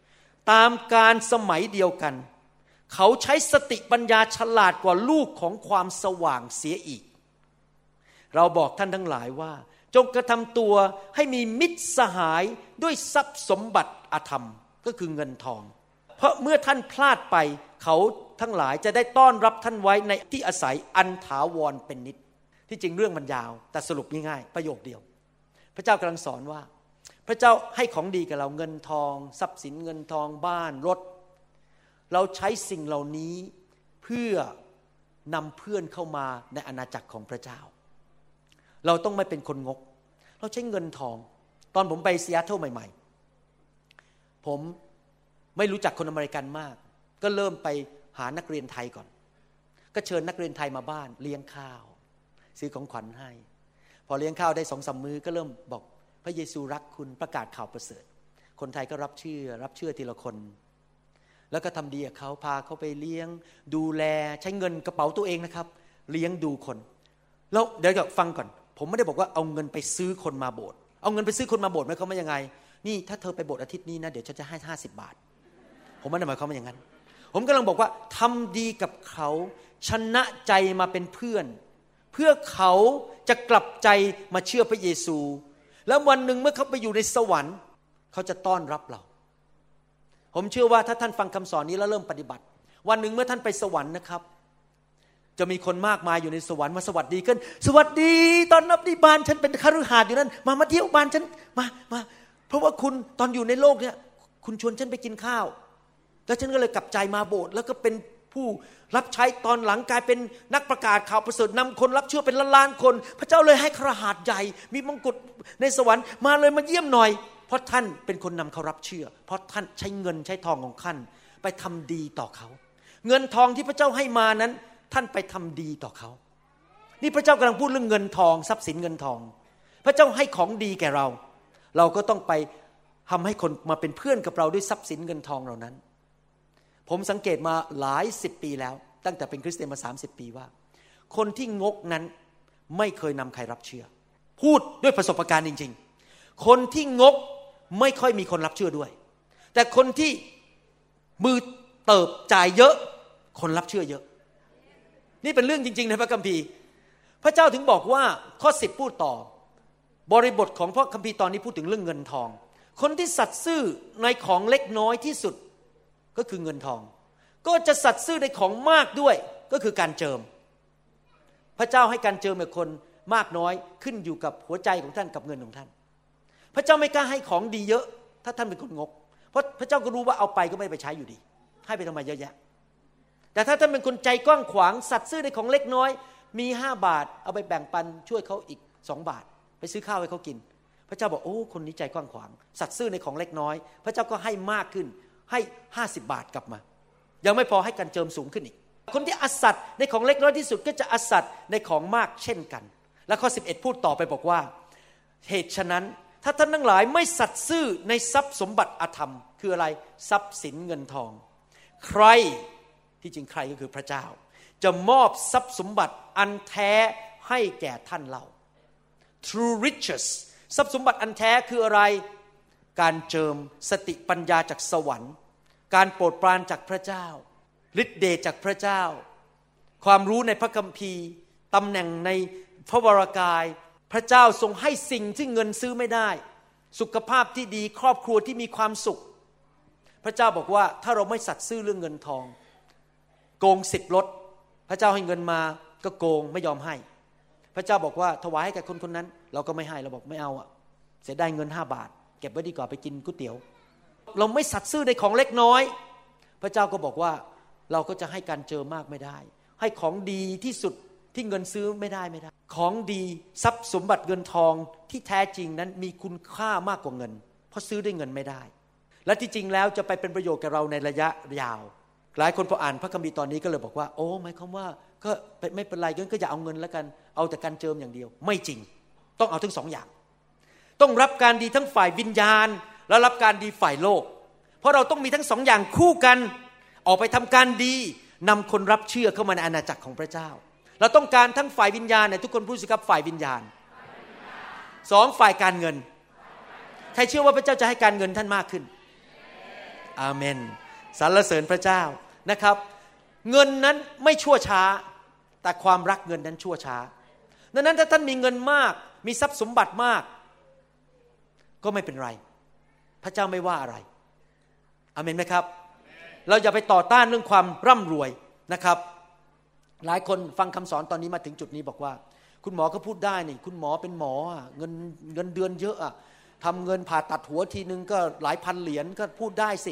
ตามการสมัยเดียวกันเขาใช้สติปัญญาฉลาดกว่าลูกของความสว่างเสียอีกเราบอกท่านทั้งหลายว่าจงกระทำตัวให้มีมิตรสหายด้วยทรัพย์สมบัติอธรรมก็คือเงินทองเพราะเมื่อท่านพลาดไปเขาทั้งหลายจะได้ต้อนรับท่านไว้ในที่อาศัยอันถาวรเป็นนิจที่จริงเรื่องมันยาวแต่สรุปง่ายๆประโยคเดียวพระเจ้ากำลังสอนว่าพระเจ้าให้ของดีกับเราเงินทองทรัพย์สินเงินทองบ้านรถเราใช้สิ่งเหล่านี้เพื่อนำเพื่อนเข้ามาในอาณาจักรของพระเจ้าเราต้องไม่เป็นคนงกเราใช้เงินทองตอนผมไปซีแอตเทิลใหม่ๆผมไม่รู้จักคนอเมริกันมากก็เริ่มไปหานักเรียนไทยก่อนก็เชิญนักเรียนไทยมาบ้านเลี้ยงข้าวซื้อของขวัญให้พอเลี้ยงข้าวได้ 2-3 มื้อก็เริ่มบอกพระเยซูรักคุณประกาศข่าวประเสริฐคนไทยก็รับเชื่อทีละคนแล้วก็ทำดีกับเขาพาเขาไปเลี้ยงดูแลใช้เงินกระเป๋าตัวเองนะครับเลี้ยงดูคนแล้วเดี๋ยวฟังก่อนผมไม่ได้บอกว่าเอาเงินไปซื้อคนมาโบสถ์เอาเงินไปซื้อคนมาโบสถ์หมายความว่ายังไงนี่ถ้าเธอไปโบสถ์อาทิตย์นี้นะเดี๋ยวฉันจะให้50 บาทผมไม่ได้หมายความว่าอย่างนั้นผมกำลังบอกว่าทำดีกับเขาชนะใจมาเป็นเพื่อนเพื่อเขาจะกลับใจมาเชื่อพระเยซูแล้ววันหนึ่งเมื่อเขาไปอยู่ในสวรรค์เขาจะต้อนรับเราผมเชื่อว่าถ้าท่านฟังคำสอนนี้แล้วเริ่มปฏิบัติวันหนึ่งเมื่อท่านไปสวรรค์นะครับจะมีคนมากมายอยู่ในสวรรค์มาสวัสดีกันสวัสดีตอนรับที่บ้านฉันเป็นคฤหัสถ์อยู่นั่นมาเที่ยวบ้านฉันมาเพราะว่าคุณตอนอยู่ในโลกเนี่ยคุณชวนฉันไปกินข้าวแล้วฉันก็เลยกลับใจมาโบสถ์แล้วก็เป็นผู้รับใช้ตอนหลังกลายเป็นนักประกาศข่าวประเสริฐนำคนรับเชื่อเป็นล้านๆคนพระเจ้าเลยให้คฤหัสถ์ใหญ่มีมงกุฎในสวรรค์มาเลยมาเยี่ยมหน่อยเพราะท่านเป็นคนนำเขารับเชื่อเพราะท่านใช้เงินใช้ทองของท่านไปทำดีต่อเขาเงินทองที่พระเจ้าให้มานั้นท่านไปทำดีต่อเขานี่พระเจ้ากำลังพูดเรื่องเงินทองทรัพย์สินเงินทองพระเจ้าให้ของดีแก่เราเราก็ต้องไปทำให้คนมาเป็นเพื่อนกับเราด้วยทรัพย์สินเงินทองเหล่านั้นผมสังเกตมาหลาย10 ปีแล้วตั้งแต่เป็นคริสเตียนมา30 ปีว่าคนที่งกนั้นไม่เคยนำใครรับเชื่อพูดด้วยประสบการณ์จริงๆคนที่งกไม่ค่อยมีคนรับเชื่อด้วยแต่คนที่มือเติบจ่ายเยอะคนรับเชื่อเยอะนี่เป็นเรื่องจริงๆในพระคัมภีร์พระเจ้าถึงบอกว่าข้อ10พูดต่อบริบทของพระคัมภีร์ตอนนี้พูดถึงเรื่องเงินทองคนที่สัตย์ซื่อในของเล็กน้อยที่สุดก็คือเงินทองก็จะสัตย์ซื่อในของมากด้วยก็คือการเจิมพระเจ้าให้การเจิมกับคนมากน้อยขึ้นอยู่กับหัวใจของท่านกับเงินของท่านพระเจ้าไม่กล้าให้ของดีเยอะถ้าท่านเป็นคนงกเพราะพระเจ้าก็รู้ว่าเอาไปก็ไม่ไปใช้อยู่ดีให้ไปทำไมเยอะแยะแต่ถ้าท่านเป็นคนใจกว้างขวางสัตย์ซื่อในของเล็กน้อยมี5 บาทเอาไปแบ่งปันช่วยเขาอีก2 บาทไปซื้อข้าวให้เขากินพระเจ้าบอกโอ้คนนี้ใจกว้างขวางสัตย์ซื่อในของเล็กน้อยพระเจ้าก็ให้มากขึ้นให้50 บาทกลับมายังไม่พอให้การเจิมสูงขึ้นอีกคนที่อสัตย์ในของเล็กน้อยที่สุดก็จะอสัตย์ในของมากเช่นกันและข้อ11พูดต่อไปบอกว่าเหตุฉะนั้นถ้าท่านทั้งหลายไม่สัตย์ซื่อในทรัพย์สมบัติอธรรมคืออะไรทรัพย์สินเงินทองใครที่จริงใครก็คือพระเจ้าจะมอบทรัพย์สมบัติอันแท้ให้แก่ท่านเรา true riches ทรัพย์สมบัติอันแท้คืออะไรการเจิมสติปัญญาจากสวรรค์การโปรดปรานจากพระเจ้าฤทธิเดชจากพระเจ้าความรู้ในพระคัมภีร์ตำแหน่งในพระวรากายพระเจ้าทรงให้สิ่งที่เงินซื้อไม่ได้สุขภาพที่ดีครอบครัวที่มีความสุขพระเจ้าบอกว่าถ้าเราไม่สัตย์ซื่อเรื่องเงินทองโกง10 รถพระเจ้าให้เงินมาก็โกงไม่ยอมให้พระเจ้าบอกว่าถวายให้แก่คนคนนั้นเราก็ไม่ให้เราบอกไม่เอาอะเสียดายเงิน5 บาทเก็บไว้ดีกว่าไปกินก๋วยเตี๋ยวเราไม่สัตย์ซื่อในของเล็กน้อยพระเจ้าก็บอกว่าเราก็จะให้การเจอมากไม่ได้ให้ของดีที่สุดที่เงินซื้อไม่ได้ของดีทรัพย์สมบัติเงินทองที่แท้จริงนั้นมีคุณค่ามากกว่าเงินเพราะซื้อด้วยเงินไม่ได้และที่จริงแล้วจะไปเป็นประโยชน์กับเราในระยะยาวหลายคนพออ่านพระคัมภีร์ตอนนี้ก็เลยบอกว่าโอ้หมายความว่าก็ไม่เป็นไรก็อย่าเอาเงินแล้วกันเอาแต่การเจิมอย่างเดียวไม่จริงต้องเอาทั้ง2 อย่างต้องรับการดีทั้งฝ่ายวิญญาณและรับการดีฝ่ายโลกเพราะเราต้องมีทั้ง2 อย่างคู่กันออกไปทำการดีนำคนรับเชื่อเข้ามาในอาณาจักรของพระเจ้าเราต้องการทั้งฝ่ายวิญญาณเนี่ยทุกคนพูดสิครับฝ่ายวิญญาณ2ฝ่ายการเงินใครเชื่อว่าพระเจ้าจะให้การเงินท่านมากขึ้นอาเมนสรรเสริญพระเจ้านะครับ เงินนั้นไม่ชั่วช้าแต่ความรักเงินนั้นชั่วช้าดังนั้นถ้าท่านมีเงินมากมีทรัพย์สมบัติมากก็ไม่เป็นไรพระเจ้าไม่ว่าอะไรอาเมนไหมครับเราอย่าไปต่อต้านเรื่องความร่ำรวยนะครับหลายคนฟังคำสอนตอนนี้มาถึงจุดนี้บอกว่าคุณหมอก็พูดได้นี่คุณหมอเป็นหมอเงินเดือนเยอะอะทำเงินผ่าตัดหัวทีนึงก็หลายพันเหรียญก็พูดได้สิ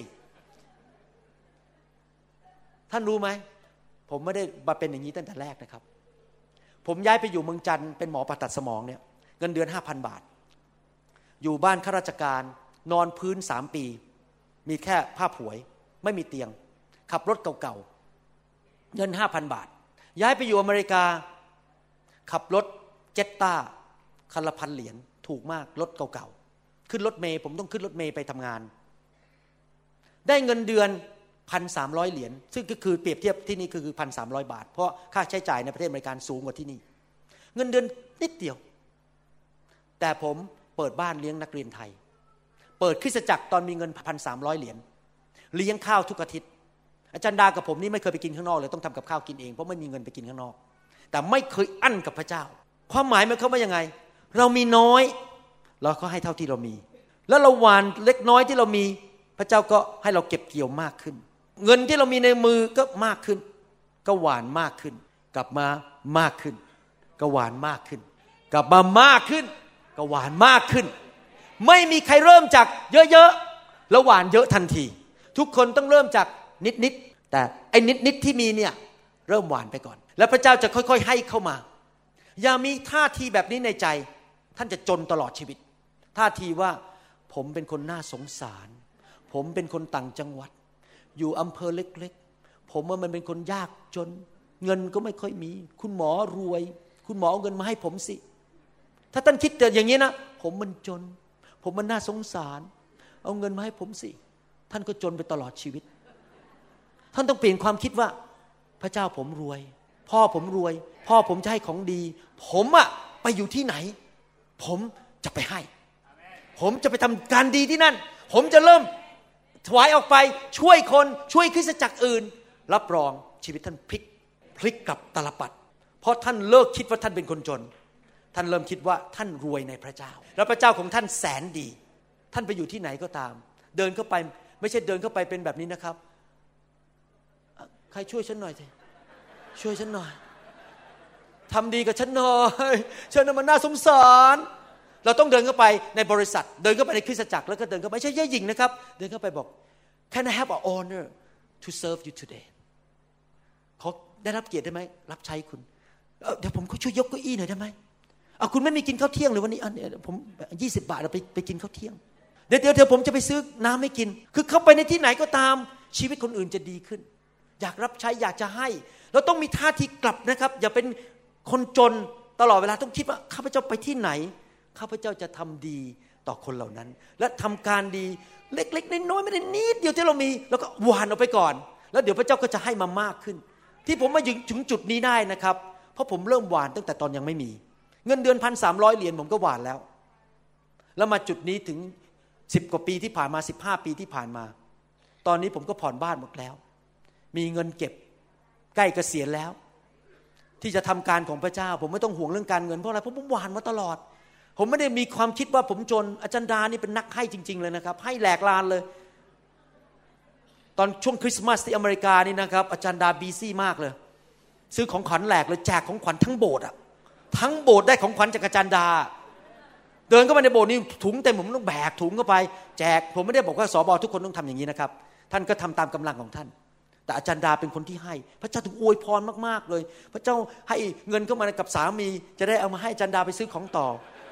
ท่านรู้ไหมผมไม่ได้มาเป็นอย่างนี้ตั้งแต่แรกนะครับผมย้ายไปอยู่เมืองจันทร์เป็นหมอผ่าตัดสมองเนี่ยเงินเดือน 5,000 บาทอยู่บ้านข้าราชการนอนพื้น3 ปีมีแค่ผ้าผวยไม่มีเตียงขับรถเก่าๆเงิน 5,000 บาทย้ายไปอยู่อเมริกาขับรถเจ็ตต้าคันละ1,000 เหรียญถูกมากรถเก่าๆขึ้นรถเมล์ผมต้องขึ้นรถเมล์ไปทำงานได้เงินเดือน 1,300 เหรียญซึ่งก็คือเปรียบเทียบที่นี่คือ 1,300 บาทเพราะค่าใช้จ่ายในประเทศอเมริกาสูงกว่าที่นี่เงินเดือนนิดเดียวแต่ผมเปิดบ้านเลี้ยงนักเรียนไทยเปิดคริสตจักรตอนมีเงิน 1,300 เหรียญเลี้ยงข้าวทุกอาทิตย์อาจารย์ดากับผมนี่ไม่เคยไปกินข้างนอกเลยต้องทำกับข้าวกินเองเพราะไม่มีเงินไปกินข้างนอกแต่ไม่เคยอั้นกับพระเจ้าความหมายมันเขาว่ายังไงเรามีน้อยเราก็ให้เท่าที่เรามีแล้วเราหว่านเล็กน้อยที่เรามีพระเจ้าก็ให้เราเก็บเกี่ยวมากขึ้นเงินที่เรามีในมือก็มากขึ้นก็หว่านมากขึ้นกลับมามากขึ้นก็หว่านมากขึ้นกลับมามากขึ้นก็หว่านมากขึ้นไม่มีใครเริ่มจากเยอะๆแล้วหว่านเยอะทันทีทุกคนต้องเริ่มจากนิดๆแต่ไอ้นิดๆที่มีเนี่ยเริ่มหว่านไปก่อนแล้วพระเจ้าจะค่อยๆให้เข้ามาอย่ามีท่าทีแบบนี้ในใจท่านจะจนตลอดชีวิตท่าทีว่าผมเป็นคนน่าสงสารผมเป็นคนต่างจังหวัดอยู่อำเภอเล็กๆผมว่ามันเป็นคนยากจนเงินก็ไม่ค่อยมีคุณหมอรวยคุณหมอเอาเงินมาให้ผมสิถ้าท่านคิดแต่อย่างนี้นะผมมันจนผมมันน่าสงสารเอาเงินมาให้ผมสิท่านก็จนไปตลอดชีวิตท่านต้องเปลี่ยนความคิดว่าพระเจ้าผมรวยพ่อผมรวยพ่อผมจะให้ของดีผมอะไปอยู่ที่ไหนผมจะไปให้ผมจะไปทำการดีที่นั่นผมจะเริ่มถวายออกไปช่วยคนช่วยคริสตจักรอื่นรับรองชีวิตท่านพลิกกลับตาลปัดเพราะท่านเลิกคิดว่าท่านเป็นคนจนท่านเริ่มคิดว่าท่านรวยในพระเจ้าแล้วพระเจ้าของท่านแสนดีท่านไปอยู่ที่ไหนก็ตามเดินเข้าไปไม่ใช่เดินเข้าไปเป็นแบบนี้นะครับใครช่วยฉันหน่อยสิช่วยฉันหน่อยทำดีกับฉันหน่อยฉันมันน่าสงสารเราต้องเดินเข้าไปในบริษัทเดินเข้าไปในคริสตจักรแล้วก็เดินเข้าไปไม่ใช่แย่หญิงนะครับเดินเข้าไปบอก Can I have an honor to serve you today เขาได้รับเกียรติได้ไหมรับใช้คุณเดี๋ยวผมช่วยยกเก้าอี้หน่อยได้ไหมคุณไม่มีกินข้าวเที่ยงเลยวันนี้ผม20 บาทเราไปกินข้าวเที่ยงเดี๋ยวผมจะไปซื้อน้ำให้กินคือเข้าไปในที่ไหนก็ตามชีวิตคนอื่นจะดีขึ้นอยากรับใช้อยากจะให้เราต้องมีท่าทีกลับนะครับอย่าเป็นคนจนตลอดเวลาต้องคิดว่าข้าพเจ้าไปที่ไหนข้าพเจ้าจะทำดีต่อคนเหล่านั้นและทำการดีเล็กๆน้อยๆไม่ได้นิดเดียวที่เรามีแล้วก็หว่านออกไปก่อนแล้วเดี๋ยวพระเจ้าก็จะให้มามากขึ้นที่ผมมาถึงจุดนี้ได้นะครับเพราะผมเริ่มหว่านตั้งแต่ตอนยังไม่มีเงินเดือน 1,300 เหรียญผมก็หว่านแล้วมาจุดนี้ถึง10 กว่าปีที่ผ่านมา15 ปีที่ผ่านมาตอนนี้ผมก็ผ่อนบ้านหมดแล้วมีเงินเก็บใกล้เกษียณแล้วที่จะทำการของพระเจ้าผมไม่ต้องห่วงเรื่องการเงินเพราะอะไรเพราะผมหว่านมาตลอดผมไม่ได้มีความคิดว่าผมจนอาจารย์ดานี่เป็นนักให้จริงๆเลยนะครับให้แหลกลานเลยตอนช่วงคริสต์มาสที่อเมริกานี่นะครับอาจารย์ดาบีซี่มากเลยซื้อของขวัญแหลกเลยแจกของขวัญทั้งโบสถ์ทั้งโบสถ์ได้ของขวัญจากอาจารย์ดาเดินเข้ามาในโบสถ์นี่ถุงเต็มผมต้องแบกถุงเข้าไปแจกผมไม่ได้บอกว่าสบทุกคนต้องทำอย่างนี้นะครับท่านก็ทำตามกำลังของท่านแต่อาจารย์ดาเป็นคนที่ให้พระเจ้าถึงอวยพรมากๆเลยพระเจ้าให้เงินเข้ามากับสามีจะได้เอามาให้อาจารย์ดาไปซื้อของต่อ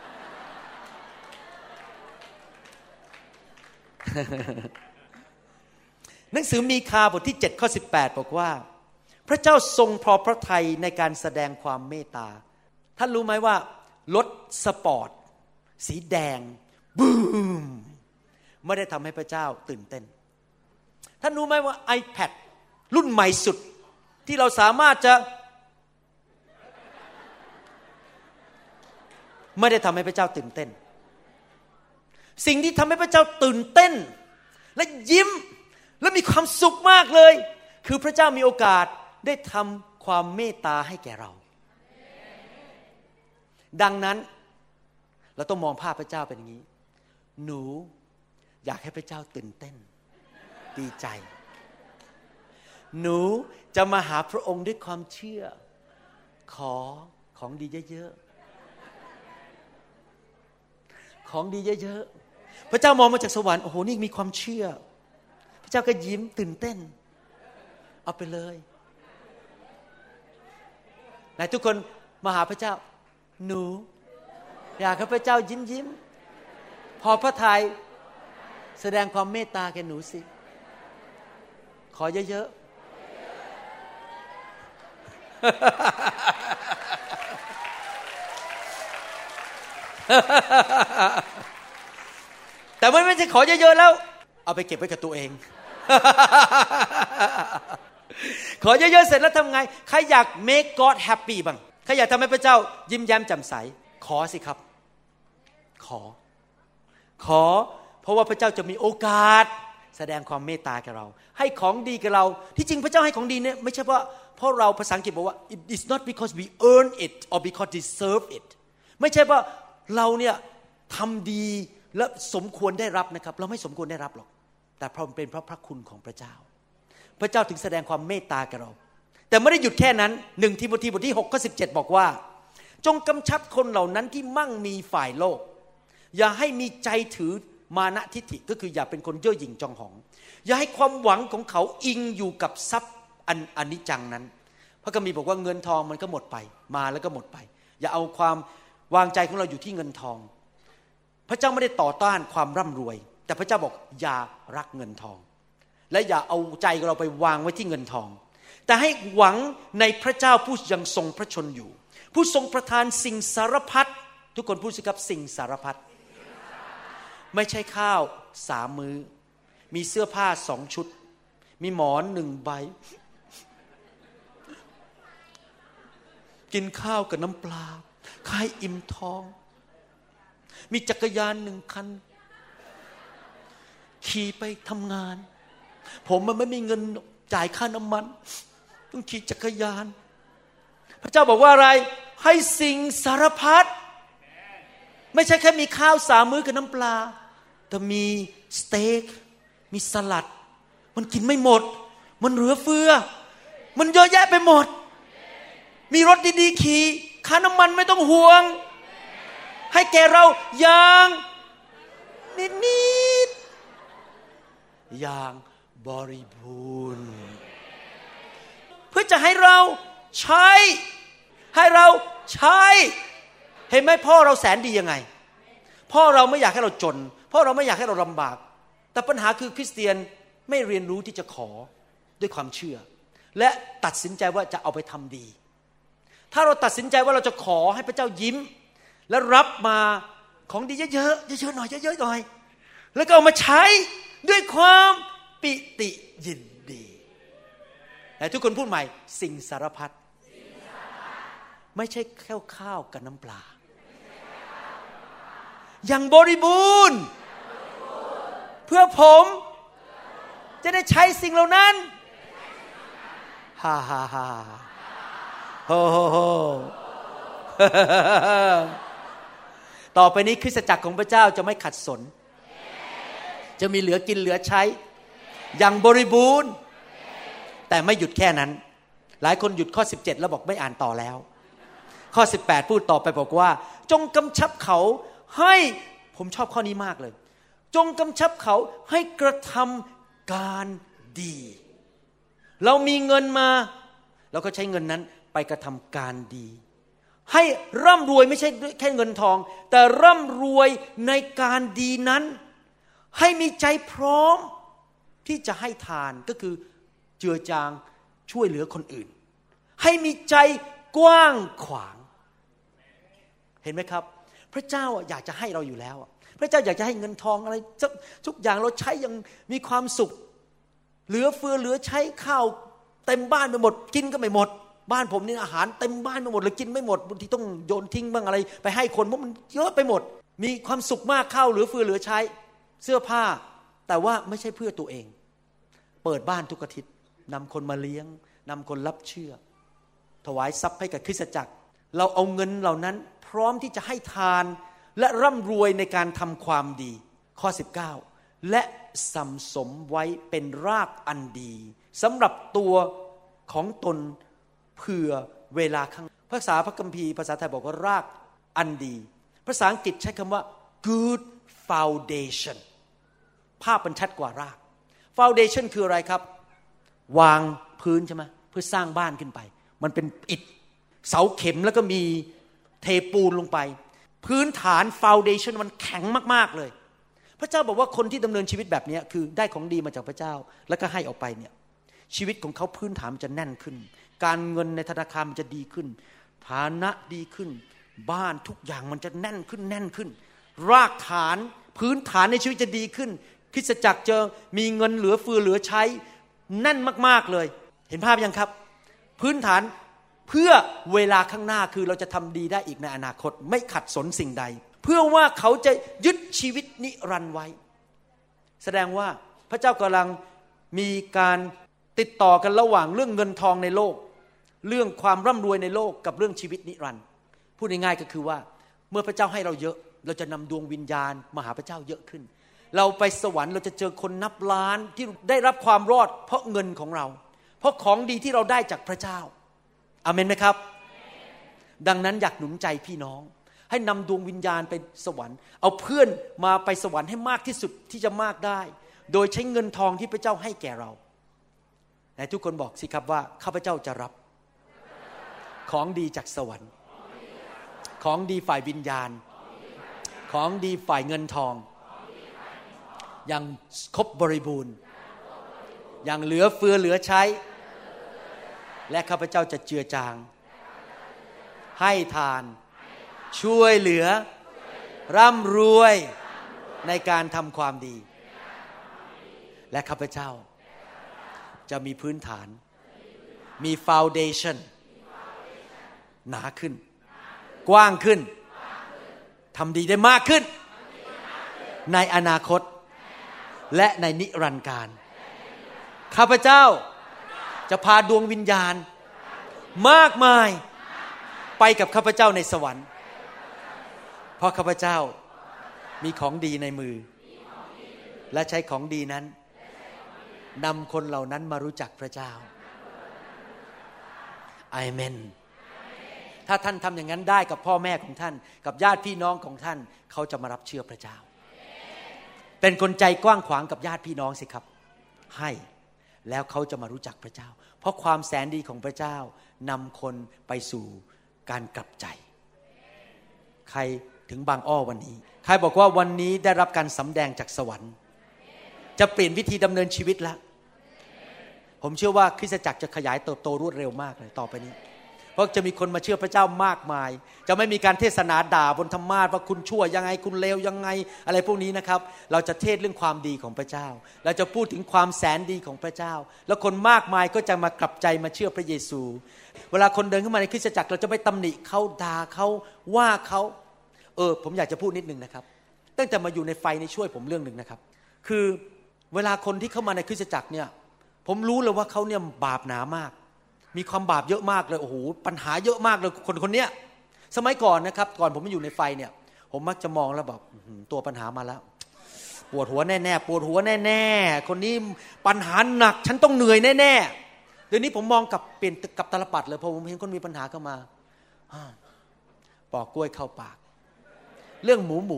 หนังสือมีคาบทที่7ข้อ18บอกว่าพระเจ้าทรงพอพระทัยในการแสดงความเมตตาท่านรู้ไหมว่ารถสปอร์ตสีแดงบูมไม่ได้ทำให้พระเจ้าตื่นเต้นท่านรู้ไหมว่า iPad รุ่นใหม่สุดที่เราสามารถจะไม่ได้ทำให้พระเจ้าตื่นเต้นสิ่งที่ทำให้พระเจ้าตื่นเต้นและยิ้มและมีความสุขมากเลยคือพระเจ้ามีโอกาสได้ทำความเมตตาให้แก่เราดังนั้นเราต้องมองภาพพระเจ้าเป็นอย่างนี้หนูอยากให้พระเจ้าตื่นเต้นดีใจหนูจะมาหาพระองค์ด้วยความเชื่อขอของดีเยอะๆของดีเยอะๆพระเจ้ามองมาจากสวรรค์โอ้โหนี่มีความเชื่อพระเจ้าก็ยิ้มตื่นเต้นเอาไปเลยไหนทุกคนมาหาพระเจ้าหนูอยากให้พระเจ้ายิ้มพอพระทัยแสดงความเมตตาแก่หนูสิขอเยอะๆแต่ไม่ใช่ขอเยอะๆแล้วเอาไปเก็บไว้กับตัวเองขอเยอะๆเสร็จแล้วทำไงใครอยาก make God happy บ้างใครอยากทำให้พระเจ้ายิ้มแย้มแจ่มใสขอสิครับขอเพราะว่าพระเจ้าจะมีโอกาสแสดงความเมตตากับเราให้ของดีกับเราที่จริงพระเจ้าให้ของดีเนี่ยไม่ใช่เพราะเราภาษาอังกฤษบอกว่า it is not because we earn it or because deserve it ไม่ใช่ว่าเราเนี่ยทำดีและสมควรได้รับนะครับเราไม่สมควรได้รับหรอกแต่เพราะเป็นเพราะพระคุณของพระเจ้าพระเจ้าถึงแสดงความเมตตากับเราแต่ไม่ได้หยุดแค่นั้น1ทิโมธีบทที่6ข้อ17บอกว่าจงกำชับคนเหล่านั้นที่มั่งมีฝ่ายโลกอย่าให้มีใจถือมานะทิฏฐิก็คืออย่าเป็นคนเย่อหยิ่งจองหองอย่าให้ความหวังของเขาอิงอยู่กับทรัพย์อันอนิจจังนั้นพระคัมภีร์บอกว่าเงินทองมันก็หมดไปมาแล้วก็หมดไปอย่าเอาความวางใจของเราอยู่ที่เงินทองพระเจ้าไม่ได้ต่อต้านความร่ำรวยแต่พระเจ้าบอกอย่ารักเงินทองและอย่าเอาใจของเราไปวางไว้ที่เงินทองแต่ให้หวังในพระเจ้าผู้ยังทรงพระชนอยู่ผู้ทรงประทานสิ่งสารพัดทุกคนพูดสิครับสิ่งสารพัดไม่ใช่ข้าว3 มื้อมีเสื้อผ้า2 ชุดมีหมอน1 ใบกินข้าวกับน้ำปลาคายอิ่มท้องมีจักรยาน1 คันขี่ไปทำงานผมมันไม่มีเงินจ่ายค่าน้ำมันต้องขี่จักรยานพระเจ้าบอกว่าอะไรให้สิ่งสารพัดไม่ใช่แค่มีข้าว3 มื้อกับน้ำปลาแต่มีสเต็กมีสลัดมันกินไม่หมดมันเหลือเฟือมันเยอะแยะไปหมดมีรถดีๆขี่ค่าน้ำมันไม่ต้องห่วงให้แก่เราอย่างนิดๆอย่างบริบูรณ์เพื่อจะให้เราใช้ให้เราใช้เห็นไหมพ่อเราแสนดียังไงพ่อเราไม่อยากให้เราจนพ่อเราไม่อยากให้เราลำบากแต่ปัญหาคือคริสเตียนไม่เรียนรู้ที่จะขอด้วยความเชื่อและตัดสินใจว่าจะเอาไปทำดีถ้าเราตัดสินใจว่าเราจะขอให้พระเจ้ายิ้มและรับมาของดีเยอะๆเยอะๆหน่อยเยอะๆหน่อยแล้วก็เอามาใช้ด้วยความปิติยินดีแต่ทุกคนพูดใหม่สิ่งสารพัดไม่ใช่แค่ข้าวกับน้ำปลาอย่างบริบูรณ์เพื่อผมจะได้ใช้สิ่งเหล่านั้นฮ่าฮ่าฮ่าโฮโฮโฮต่อไปนี้คริสตจักรของพระเจ้าจะไม่ขัดสนจะมีเหลือกินเหลือใช้อย่างบริบูรณ์แต่ไม่หยุดแค่นั้นหลายคนหยุดข้อ17แล้วบอกไม่อ่านต่อแล้วข้อ18พูดต่อไปบอกว่าจงกำชับเขาให้ผมชอบข้อนี้มากเลยจงกำชับเขาให้กระทำการดีเรามีเงินมาเราก็ใช้เงินนั้นไปกระทำการดีให้ร่ำรวยไม่ใช่แค่เงินทองแต่ร่ำรวยในการดีนั้นให้มีใจพร้อมที่จะให้ทานก็คือเจือจางช่วยเหลือคนอื่นให้มีใจกว้างขวางเห็นไหมครับพระเจ้าอยากจะให้เราอยู่แล้วพระเจ้าอยากจะให้เงินทองอะไรทุกอย่างเราใช้อย่างมีความสุขเหลือเฟือเหลือใช้ข้าวเต็มบ้านไปหมดกินก็ไม่หมดบ้านผมนี่อาหารเต็มบ้านไปหมดเลยกินไม่หมดบางทีต้องโยนทิ้งบ้างอะไรไปให้คนเพราะมันเยอะไปหมดมีความสุขมากข้าวเหลือเฟือเหลือใช้เสื้อผ้าแต่ว่าไม่ใช่เพื่อตัวเองเปิดบ้านทุกอาทิตย์นำคนมาเลี้ยงนำคนรับเชื่อถวายทรัพย์ให้กับคริสตจักรเราเอาเงินเหล่านั้นพร้อมที่จะให้ทานและร่ำรวยในการทำความดีข้อ19และสัมสมไว้เป็นรากอันดีสำหรับตัวของตนเผื่อเวลาข้างภาษาพระคัมภีร์ภาษาไทยบอกว่ารากอันดีภาษาอังกฤษใช้คำว่า good foundation ภาพมันชัดกว่าราก foundation คืออะไรครับวางพื้นใช่ไหมเพื่อสร้างบ้านขึ้นไปมันเป็นอิฐเสาเข็มแล้วก็มีเทปูนลงไปพื้นฐาน foundation มันแข็งมากๆเลยพระเจ้าบอกว่าคนที่ดำเนินชีวิตแบบนี้คือได้ของดีมาจากพระเจ้าแล้วก็ให้ออกไปเนี่ยชีวิตของเขาพื้นฐานมันจะแน่นขึ้นการเงินในธนาคารมันจะดีขึ้นฐานะดีขึ้นบ้านทุกอย่างมันจะแน่นขึ้นแน่นขึ้นรากฐานพื้นฐานในชีวิตจะดีขึ้นคริสตจักรจะมีเงินเหลือเฟือเหลือใช้แน่นมากๆเลยเห็นภาพยังครับพื้นฐานเพื่อเวลาข้างหน้าคือเราจะทำดีได้อีกในอนาคตไม่ขัดสนสิ่งใดเพื่อว่าเขาจะยึดชีวิตนิรันดร์ไว้แสดงว่าพระเจ้ากำลังมีการติดต่อกันระหว่างเรื่องเงินทองในโลกเรื่องความร่ำรวยในโลกกับเรื่องชีวิตนิรันดร์พูดง่ายๆก็คือว่าเมื่อพระเจ้าให้เราเยอะเราจะนำดวงวิญญาณมาหาพระเจ้าเยอะขึ้นเราไปสวรรค์เราจะเจอคนนับล้านที่ได้รับความรอดเพราะเงินของเราเพราะของดีที่เราได้จากพระเจ้าอาเมนไหมครับดังนั้นอยากหนุนใจพี่น้องให้นำดวงวิญญาณไปสวรรค์เอาเพื่อนมาไปสวรรค์ให้มากที่สุดที่จะมากได้โดยใช้เงินทองที่พระเจ้าให้แก่เราไหนทุกคนบอกสิครับว่าข้าพเจ้าจะรับของดีจากสวรรค์ของดีฝ่ายวิญญาณของดีฝ่ายเงินทองอย่างครบบริบูรณ์อย่างเหลือเฟือเหลือใช้และข้าพเจ้าจะเจือจางให้ทานช่วยเหลือร่ำรวยในการทำความดีและข้าพเจ้าจะมีพื้นฐานมีฟาวเดชั่นหนาขึ้นกว้างขึ้นทำดีได้มากขึ้นในอนาคตและในนิรันดร์การข้าพเจ้าจะพาดวงวิญญาณมากมายไปกับข้าพเจ้าในสวรรค์เพราะข้าพเจ้ามีของดีในมือและใช้ของดีนั้นนำคนเหล่านั้นมารู้จักพระเจ้าอาเมนถ้าท่านทำอย่างนั้นได้กับพ่อแม่ของท่านกับญาติพี่น้องของท่านเขาจะมารับเชื่อพระเจ้าเป็นคนใจกว้างขวางกับญาติพี่น้องสิครับให้แล้วเขาจะมารู้จักพระเจ้าเพราะความแสนดีของพระเจ้านำคนไปสู่การกลับใจใครถึงบางอ้อวันนี้ใครบอกว่าวันนี้ได้รับการสำแดงจากสวรรค์จะเปลี่ยนวิธีดำเนินชีวิตแล้วผมเชื่อว่าคริสตจักรจะขยายเติบโตรวดเร็วมากเลยต่อไปนี้เพราะจะมีคนมาเชื่อพระเจ้ามากมายจะไม่มีการเทศนาด่าบนธรรมาสน์ว่าคุณชั่วยังไงคุณเลวยังไงอะไรพวกนี้นะครับเราจะเทศเรื่องความดีของพระเจ้าเราจะพูดถึงความแสนดีของพระเจ้าแล้วคนมากมายก็จะมากลับใจมาเชื่อพระเยซูเวลาคนเดินเข้ามาในคริสตจักรเราจะไม่ตำหนิเขาด่าเขาว่าเขาผมอยากจะพูดนิดนึงนะครับตั้งแต่มาอยู่ในไฟในช่วยผมเรื่องนึงนะครับคือเวลาคนที่เข้ามาในคริสตจักรเนี่ยผมรู้เลยว่าเขาเนี่ยบาปหนามากมีความบาปเยอะมากเลยโอ้โหปัญหาเยอะมากเลยคนเนี้ยสมัยก่อนนะครับก่อนผมมาอยู่ในไฟเนี่ยผมมักจะมองแล้วแบบตัวปัญหามาแล้วปวดหัวแน่ๆปวดหัวแน่ๆคนนี้ปัญหาหนักฉันต้องเหนื่อยแน่ๆเดี๋ยวนี้ผมมองกับเปลี่ยนกับตาลปัดเลยพอผมเห็นคนมีปัญหาเข้ามาปอกกล้วยเข้าปากเรื่องหมู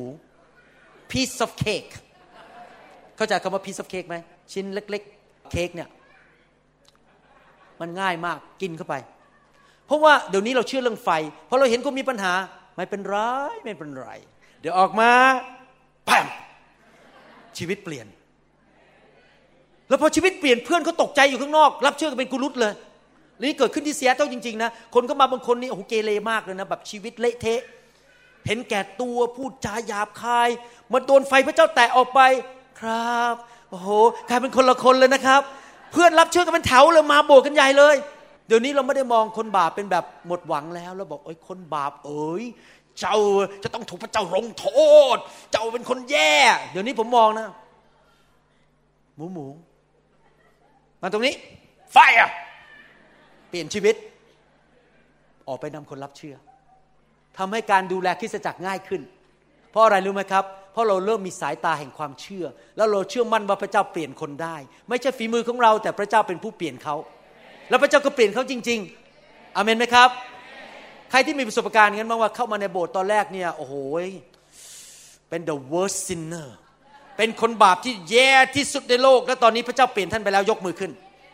piece of cake เข้าใจคำว่า piece of cake ไหมชิ้นเล็กๆเค้กเนี่ยมันง่ายมากกินเข้าไปเพราะว่าเดี๋ยวนี้เราเชื่อเรื่องไฟพอเราเห็นคนมีปัญหาไม่เป็นไรไม่เป็นไรเดี๋ยวออกมาปั๊มชีวิตเปลี่ยนแล้วพอชีวิตเปลี่ยนเพื่อนเขาตกใจอยู่ข้างนอกรับเชื่อกันเป็นกุลุตเลยนี่เกิดขึ้นที่เซียโตรจริงๆนะคนก็มาบางคนนี่โอ้โหเกเรมากเลยนะแบบชีวิตเละเทะเห็นแก่ตัวพูดจาหยาบคายมาโดนไฟพระเจ้าแตะออกไปครับโอ้โหกลายเป็นคนละคนเลยนะครับเพื่อนรับเชื่อกันเป็นแถวเลยมาโบสถ์กันใหญ่เลยเดี๋ยวนี้เราไม่ได้มองคนบาปเป็นแบบหมดหวังแล้วเราบอกคนบาปเจ้าจะต้องถูกพระเจ้าลงโทษเจ้าเป็นคนแย่เดี๋ยวนี้ผมมองนะหมูมาตรงนี้ Fire เปลี่ยนชีวิตออกไปนำคนรับเชื่อทำให้การดูแลคริสตจักรง่ายขึ้นเพราะอะไรรู้ไหมครับเพราะเราเริ่มมีสายตาแห่งความเชื่อแล้วเราเชื่อมั่นว่าพระเจ้าเปลี่ยนคนได้ไม่ใช่ฝีมือของเราแต่พระเจ้าเป็นผู้เปลี่ยนเขาแล้วพระเจ้าก็เปลี่ยนเขาจริงๆอาเมนไหมครับใครที่มีประสบการณ์งั้นบ้างว่าเข้ามาในโบสถ์ตอนแรกเนี่ยโอ้โหเป็น the worst sinner เป็นคนบาปที่แย่ที่สุดในโลกแล้วตอนนี้พระเจ้าเปลี่ยนท่านไปแล้วยกมือขึ้น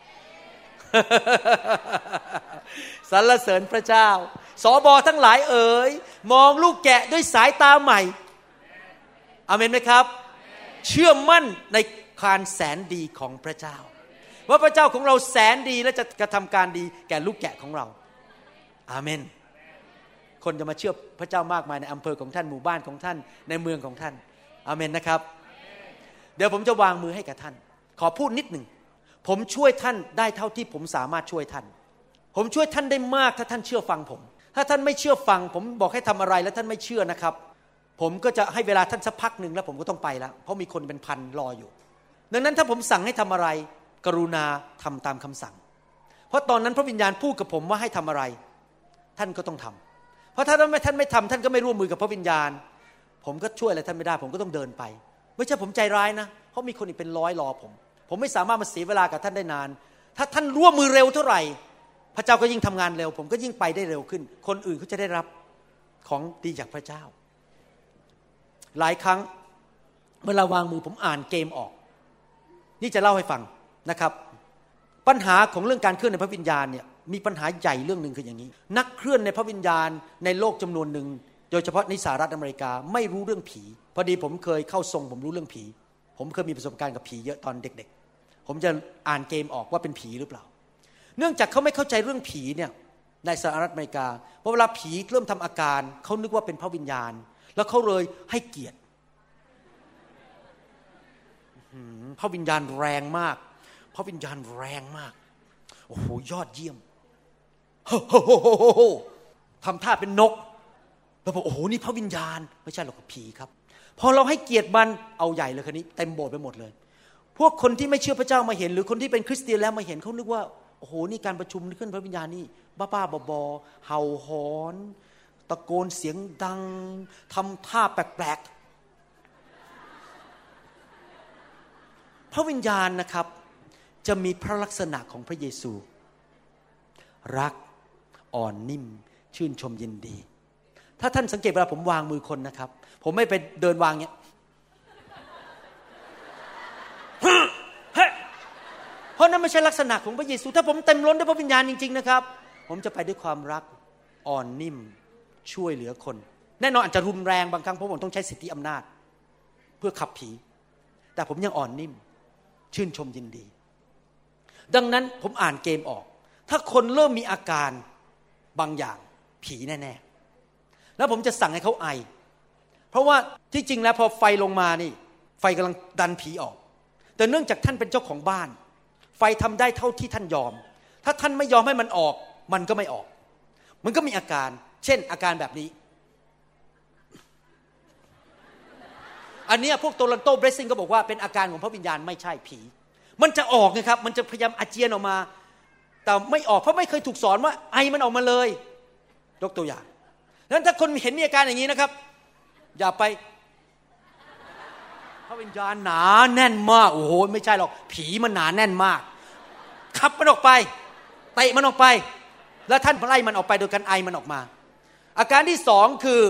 สรรเสริญพระเจ้าสบทั้งหลายเอ๋ยมองลูกแกะด้วยสายตาใหม่อาเมนไหมครับเชื่อมั่นในการแสนดีของพระเจ้าว่าพระเจ้าของเราแสนดีและจะกระทำการดีแก่ลูกแกะของเราอาเมนคนจะมาเชื่อพระเจ้ามากมายในอำเภอของท่านหมู่บ้านของท่านในเมืองของท่านอาเมนนะครับเดี๋ยวผมจะวางมือให้กับท่านขอพูดนิดหนึ่งผมช่วยท่านได้เท่าที่ผมสามารถช่วยท่านผมช่วยท่านได้มากถ้าท่านเชื่อฟังผมถ้าท่านไม่เชื่อฟังผมบอกให้ทำอะไรแล้วท่านไม่เชื่อนะครับผมก็จะให้เวลาท่านสักพักนึงแล้วผมก็ต้องไปแล้วเพราะมีคนเป็นพันรออยู่ดังนั้นถ้าผมสั่งให้ทำอะไรกรุณาทำตามคำสั่งเพราะตอนนั้นพระวิญญาณพูดกับผมว่าให้ทำอะไรท่านก็ต้องทำเพราะถ้าท่านไม่ทำท่านก็ไม่ร่วมมือกับพระวิญญาณผมก็ช่วยอะไรท่านไม่ได้ผมก็ต้องเดินไปไม่ใช่ผมใจร้ายนะเพราะมีคนอีกเป็นร้อยรอผมไม่สามารถมาเสียเวลากับท่านได้นานถ้าท่านร่วมมือเร็วเท่าไหร่พระเจ้าก็ยิ่งทำงานเร็วผมก็ยิ่งไปได้เร็วขึ้นคนอื่นเขาจะได้รับของดีจากพระเจ้าหลายครั้งเวลาวางมือผมอ่านเกมออกนี่จะเล่าให้ฟังนะครับปัญหาของเรื่องการเคลื่อนในพระวิญญาณเนี่ยมีปัญหาใหญ่เรื่องนึงคืออย่างนี้นักเคลื่อนในพระวิญญาณในโลกจำนวนหนึ่งโดยเฉพาะในสหรัฐอเมริกาไม่รู้เรื่องผีพอดีผมเคยเข้าทรงผมรู้เรื่องผีผมเคยมีประสบการณ์กับผีเยอะตอนเด็กๆผมจะอ่านเกมออกว่าเป็นผีหรือเปล่าเนื่องจากเขาไม่เข้าใจเรื่องผีเนี่ยในสหรัฐอเมริกาพอเวลาผีเริ่มทำอาการเขานึกว่าเป็นพระวิญญาณแล้วเขาเลยให้เกียรติพระวิญญาณแรงมากพระวิญญาณแรงมากโอ้โหยอดเยี่ยมทำท่าเป็นนกแล้วบอกโอ้โหนี่พระวิญญาณไม่ใช่หรอกผีครับพอเราให้เกียรติมันเอาใหญ่เลยคันนี้เต็มโบสถ์ไปหมดเลยพวกคนที่ไม่เชื่อพระเจ้ามาเห็นหรือคนที่เป็นคริสเตียนแล้วมาเห็นเขานึกว่าโอ้โหนี่การประชุมขึ้นพระวิญญาณนี่บ้าๆบอๆเห่าหอนตะโกนเสียงดังทำท่าแปลกๆพระวิญญาณนะครับจะมีพระลักษณะของพระเยซูรักอ่อนนิ่มชื่นชมยินดีถ้าท่านสังเกตเวลาผมวางมือคนนะครับผมไม่ไปเดินวางเงี้ยเพราะนั้นไม่ใช่ลักษณะของพระเยซูถ้าผมเต็มล้นด้วยพระวิญญาณจริงๆนะครับผมจะไปด้วยความรักอ่อนนิ่มช่วยเหลือคนแน่นอนอาจจะรุนแรงบางครั้งเพราะผมต้องใช้สิทธิอำนาจเพื่อขับผีแต่ผมยังอ่อนนิ่มชื่นชมยินดีดังนั้นผมอ่านเกมออกถ้าคนเริ่มมีอาการบางอย่างผีแน่ๆแล้วผมจะสั่งให้เขาไอเพราะว่าที่จริงแล้วพอไฟลงมานี่ไฟกำลังดันผีออกแต่เนื่องจากท่านเป็นเจ้าของบ้านไฟทำได้เท่าที่ท่านยอมถ้าท่านไม่ยอมให้มันออกมันก็ไม่ออกมันก็มีอาการเช่นอาการแบบนี้อันนี้พวกโตลันโตเบรสซิ่งก็บอกว่าเป็นอาการของพระวิญญาณไม่ใช่ผีมันจะออกนะครับมันจะพยายามอาเจียนออกมาแต่ไม่ออกเพราะไม่เคยถูกสอนว่าไอมันออกมาเลยยกตัวอย่างดังนั้นถ้าคนเห็นมีอาการอย่างนี้นะครับอย่าไปพระวิญญาณหนาแน่นมากโอ้โหไม่ใช่หรอกผีมันหนาแน่นมากขับมันออกไปเตะมันออกไปแล้วท่านไล่มันออกไปโดยการไอมันออกมาอาการที่สองคือ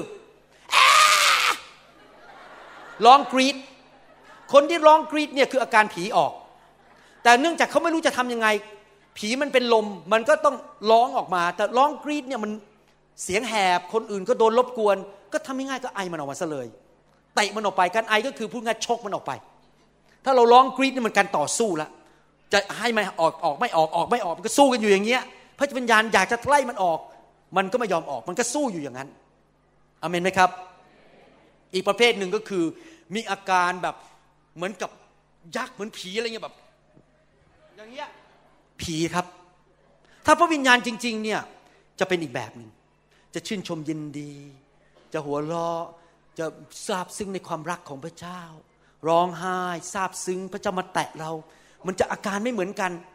ร้องกรีดคนที่ร้องกรีดเนี่ยคืออาการผีออกแต่เนื่องจากเขาไม่รู้จะทำยังไงผีมันเป็นลมมันก็ต้องร้องออกมาแต่ร้องกรีดเนี่ยมันเสียงแหบคนอื่นก็โดนรบกวนก็ทำง่ายๆก็ไอมันออกมาซะเลยเตะมันออกไปการไอก็คือพูดง่ายชกมันออกไปถ้าเราร้องกรีดนี่มันการต่อสู้ละจะให้มันออกไม่ออกไม่ออกมันก็สู้กันอยู่อย่างเงี้ยพระวิญญาณอยากจะไล่มันออกมันก็ไม่ยอมออกมันก็สู้อยู่อย่างนั้นอาเมนไหมครับอีกประเภทหนึ่งก็คือมีอาการแบบเหมือนกับยักษ์เหมือนผีอะไรเงี้ยแบบอย่างเงี้ยผีครับถ้าพระวิญญาณจริงๆเนี่ยจะเป็นอีกแบบนึงจะชื่นชมยินดีจะหัวเราะจะซาบซึ้งในความรักของพระเจ้าร้องไห้ซาบซึ้งพระเจ้ามาแตะเรามันจะอาการไม่เหมือนกัน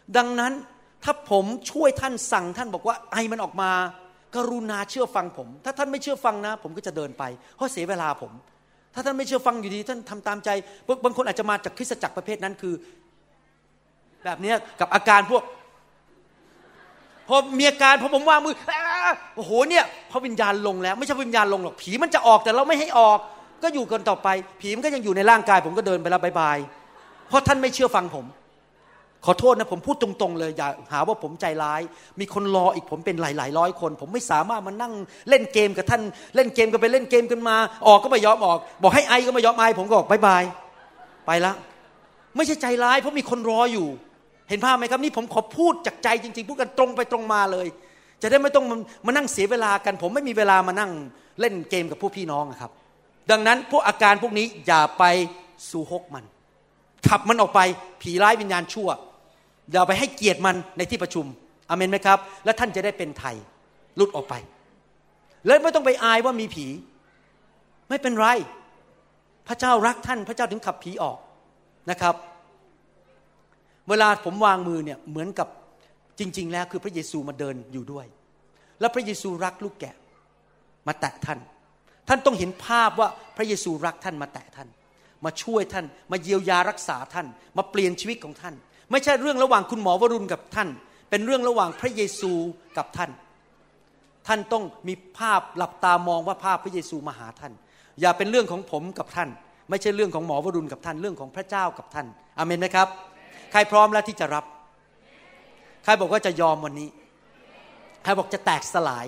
ดังนั้นถ้าผมช่วยท่านสั่งท่านบอกว่าไอมันออกมากรุณาเชื่อฟังผมถ้าท่านไม่เชื่อฟังนะผมก็จะเดินไปเพราะเสียเวลาผมถ้าท่านไม่เชื่อฟังอยู่ดีท่านทำตามใจบางคนอาจจะมาจากคริสตจักรประเภทนั้นคือแบบนี้กับอาการพวกพอมีอาการพอผมวางมือโอ้โหเนี่ยพระวิญญาณลงแล้วไม่ใช่วิญญาณลงหรอกผีมันจะออกแต่เราไม่ให้ออกก็อยู่กันต่อไปผีมันก็ยังอยู่ในร่างกายผมก็เดินไปแล้วบายเพราะท่านไม่เชื่อฟังผมขอโทษนะผมพูดตรงๆเลยอย่าหาว่าผมใจร้ายมีคนรออีกผมเป็นหลายๆร้อยคนผมไม่สามารถมานั่งเล่นเกมกับท่านเล่นเกมกันไปเล่นเกมกันมาออกก็ไม่ยอมออกบอกให้ไอก็ไม่ยอมไอผมก็บอกบายไปละไม่ใช่ใจร้ายเพราะมีคนรออยู่เห็นภาพไหมครับนี่ผมขอพูดจากใจจริงๆพูดกันตรงไปตรงมาเลยจะได้ไม่ต้องมานั่งเสียเวลากันผมไม่มีเวลามานั่งเล่นเกมกับพวกพี่น้องครับดังนั้นพวกอาการพวกนี้อย่าไปสู่ฮกมันขับมันออกไปผีร้ายวิญญาณชั่วอย่าไปให้เกียรติมันในที่ประชุมอาเมนไหมครับและท่านจะได้เป็นไทยหลุดออกไปแล้วไม่ต้องไปอายว่ามีผีไม่เป็นไรพระเจ้ารักท่านพระเจ้าถึงขับผีออกนะครับเวลาผมวางมือเนี่ยเหมือนกับจริงๆแล้วคือพระเยซูมาเดินอยู่ด้วยแล้วพระเยซูรักลูกแกะมาแตะท่านต้องเห็นภาพว่าพระเยซูรักท่านมาแตะท่านมาช่วยท่านมาเยียวยารักษาท่านมาเปลี่ยนชีวิตของท่านไม่ใช่เรื่องระหว่างคุณหมอวรุณกับท่านเป็นเรื่องระหว่างพระเยซูกับท่านต้องมีภาพหลับตามองว่าภาพพระเยซูมาหาท่านอย่าเป็นเรื่องของผมกับท่านไม่ใช่เรื่องของหมอวรุณกับท่านเรื่องของพระเจ้ากับท่านอาเมนไหมครับใครพร้อมแล้วที่จะรับใครบอกว่าจะยอมวันนี้ใครบอกจะแตกสลาย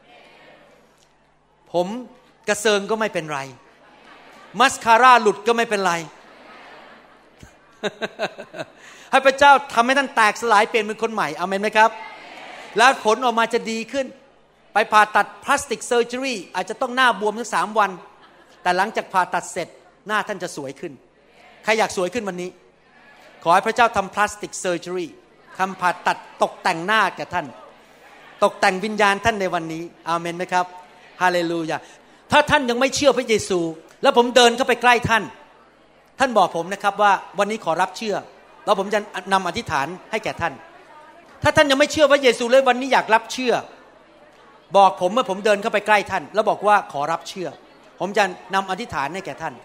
ผมกระเซิงก็ไม่เป็นไรมัสคาร่าหลุดก็ไม่เป็นไรให้พระเจ้าทำให้ท่านแตกสลายเปลี่ยนเป็นคนใหม่อาเมนไหมครับแล้วผลออกมาจะดีขึ้นไปผ่าตัดพลาสติกเซอร์เจอรี่อาจจะต้องหน้าบวมถึง3 วันแต่หลังจากผ่าตัดเสร็จหน้าท่านจะสวยขึ้นใครอยากสวยขึ้นวันนี้ขอให้พระเจ้าทำพลาสติกเซอร์เจอรี่ทำผ่าตัดตกแต่งหน้าแก่ท่านตกแต่งวิญญาณท่านในวันนี้อาเมนไหมครับฮาเลลูยาถ้าท่านยังไม่เชื่อพระเยซูแล้วผมเดินเข้าไปใกล้ท่านบอกผมนะครับว่าวันนี้ขอรับเชื่อแล้วผมจะนำอธิษฐานให้แก่ท่านถ้าท่านยังไม่เชื่อพระเยซูเลยวันนี้อยากรับเชื่อบอกผมเมื่อผมเดินเข้าไปใกล้ท่านแล้วบอกว่าขอรับเชื่อผมจะนำอธิษฐานให้แก่ท่าน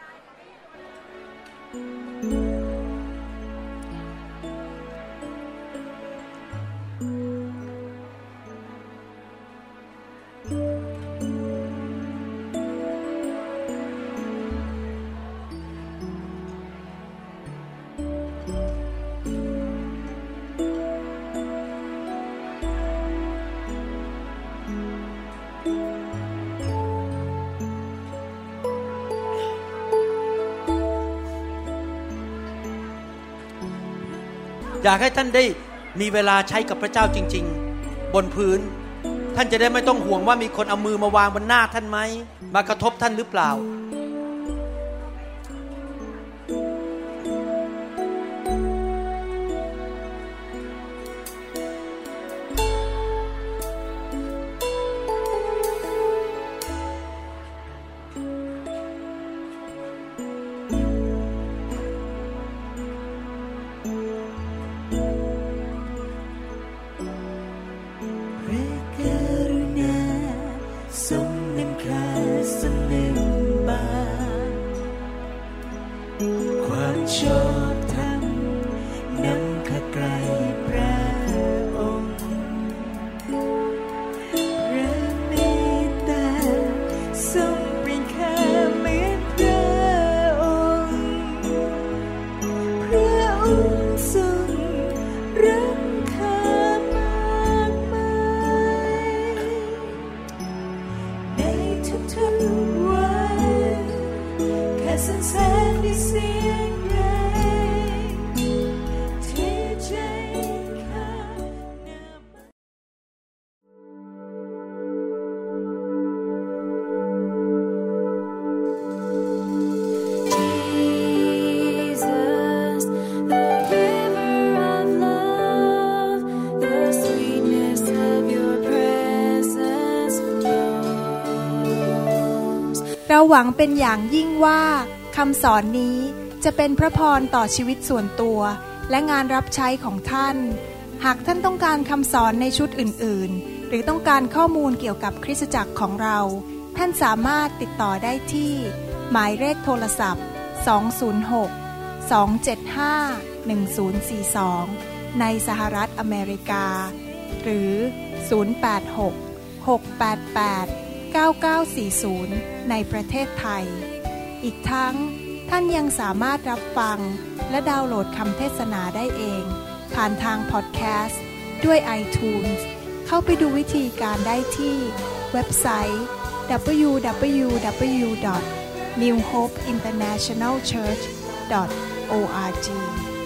อยากให้ท่านได้มีเวลาใช้กับพระเจ้าจริงๆบนพื้นท่านจะได้ไม่ต้องห่วงว่ามีคนเอามือมาวางบนหน้าท่านไหมมากระทบท่านหรือเปล่าเราหวังเป็นอย่างยิ่งว่าคำสอนนี้จะเป็นพระพรต่อชีวิตส่วนตัวและงานรับใช้ของท่านหากท่านต้องการคำสอนในชุดอื่นๆหรือต้องการข้อมูลเกี่ยวกับคริสตจักรของเราท่านสามารถติดต่อได้ที่หมายเลขโทรศัพท์206-275-1042ในสหรัฐอเมริกาหรือ086-688-9940ในประเทศไทยอีกทั้งท่านยังสามารถรับฟังและดาวน์โหลดคำเทศนาได้เองผ่านทางพอดแคสต์ด้วย iTunes เข้าไปดูวิธีการได้ที่เว็บไซต์ www.newhopeinternationalchurch.org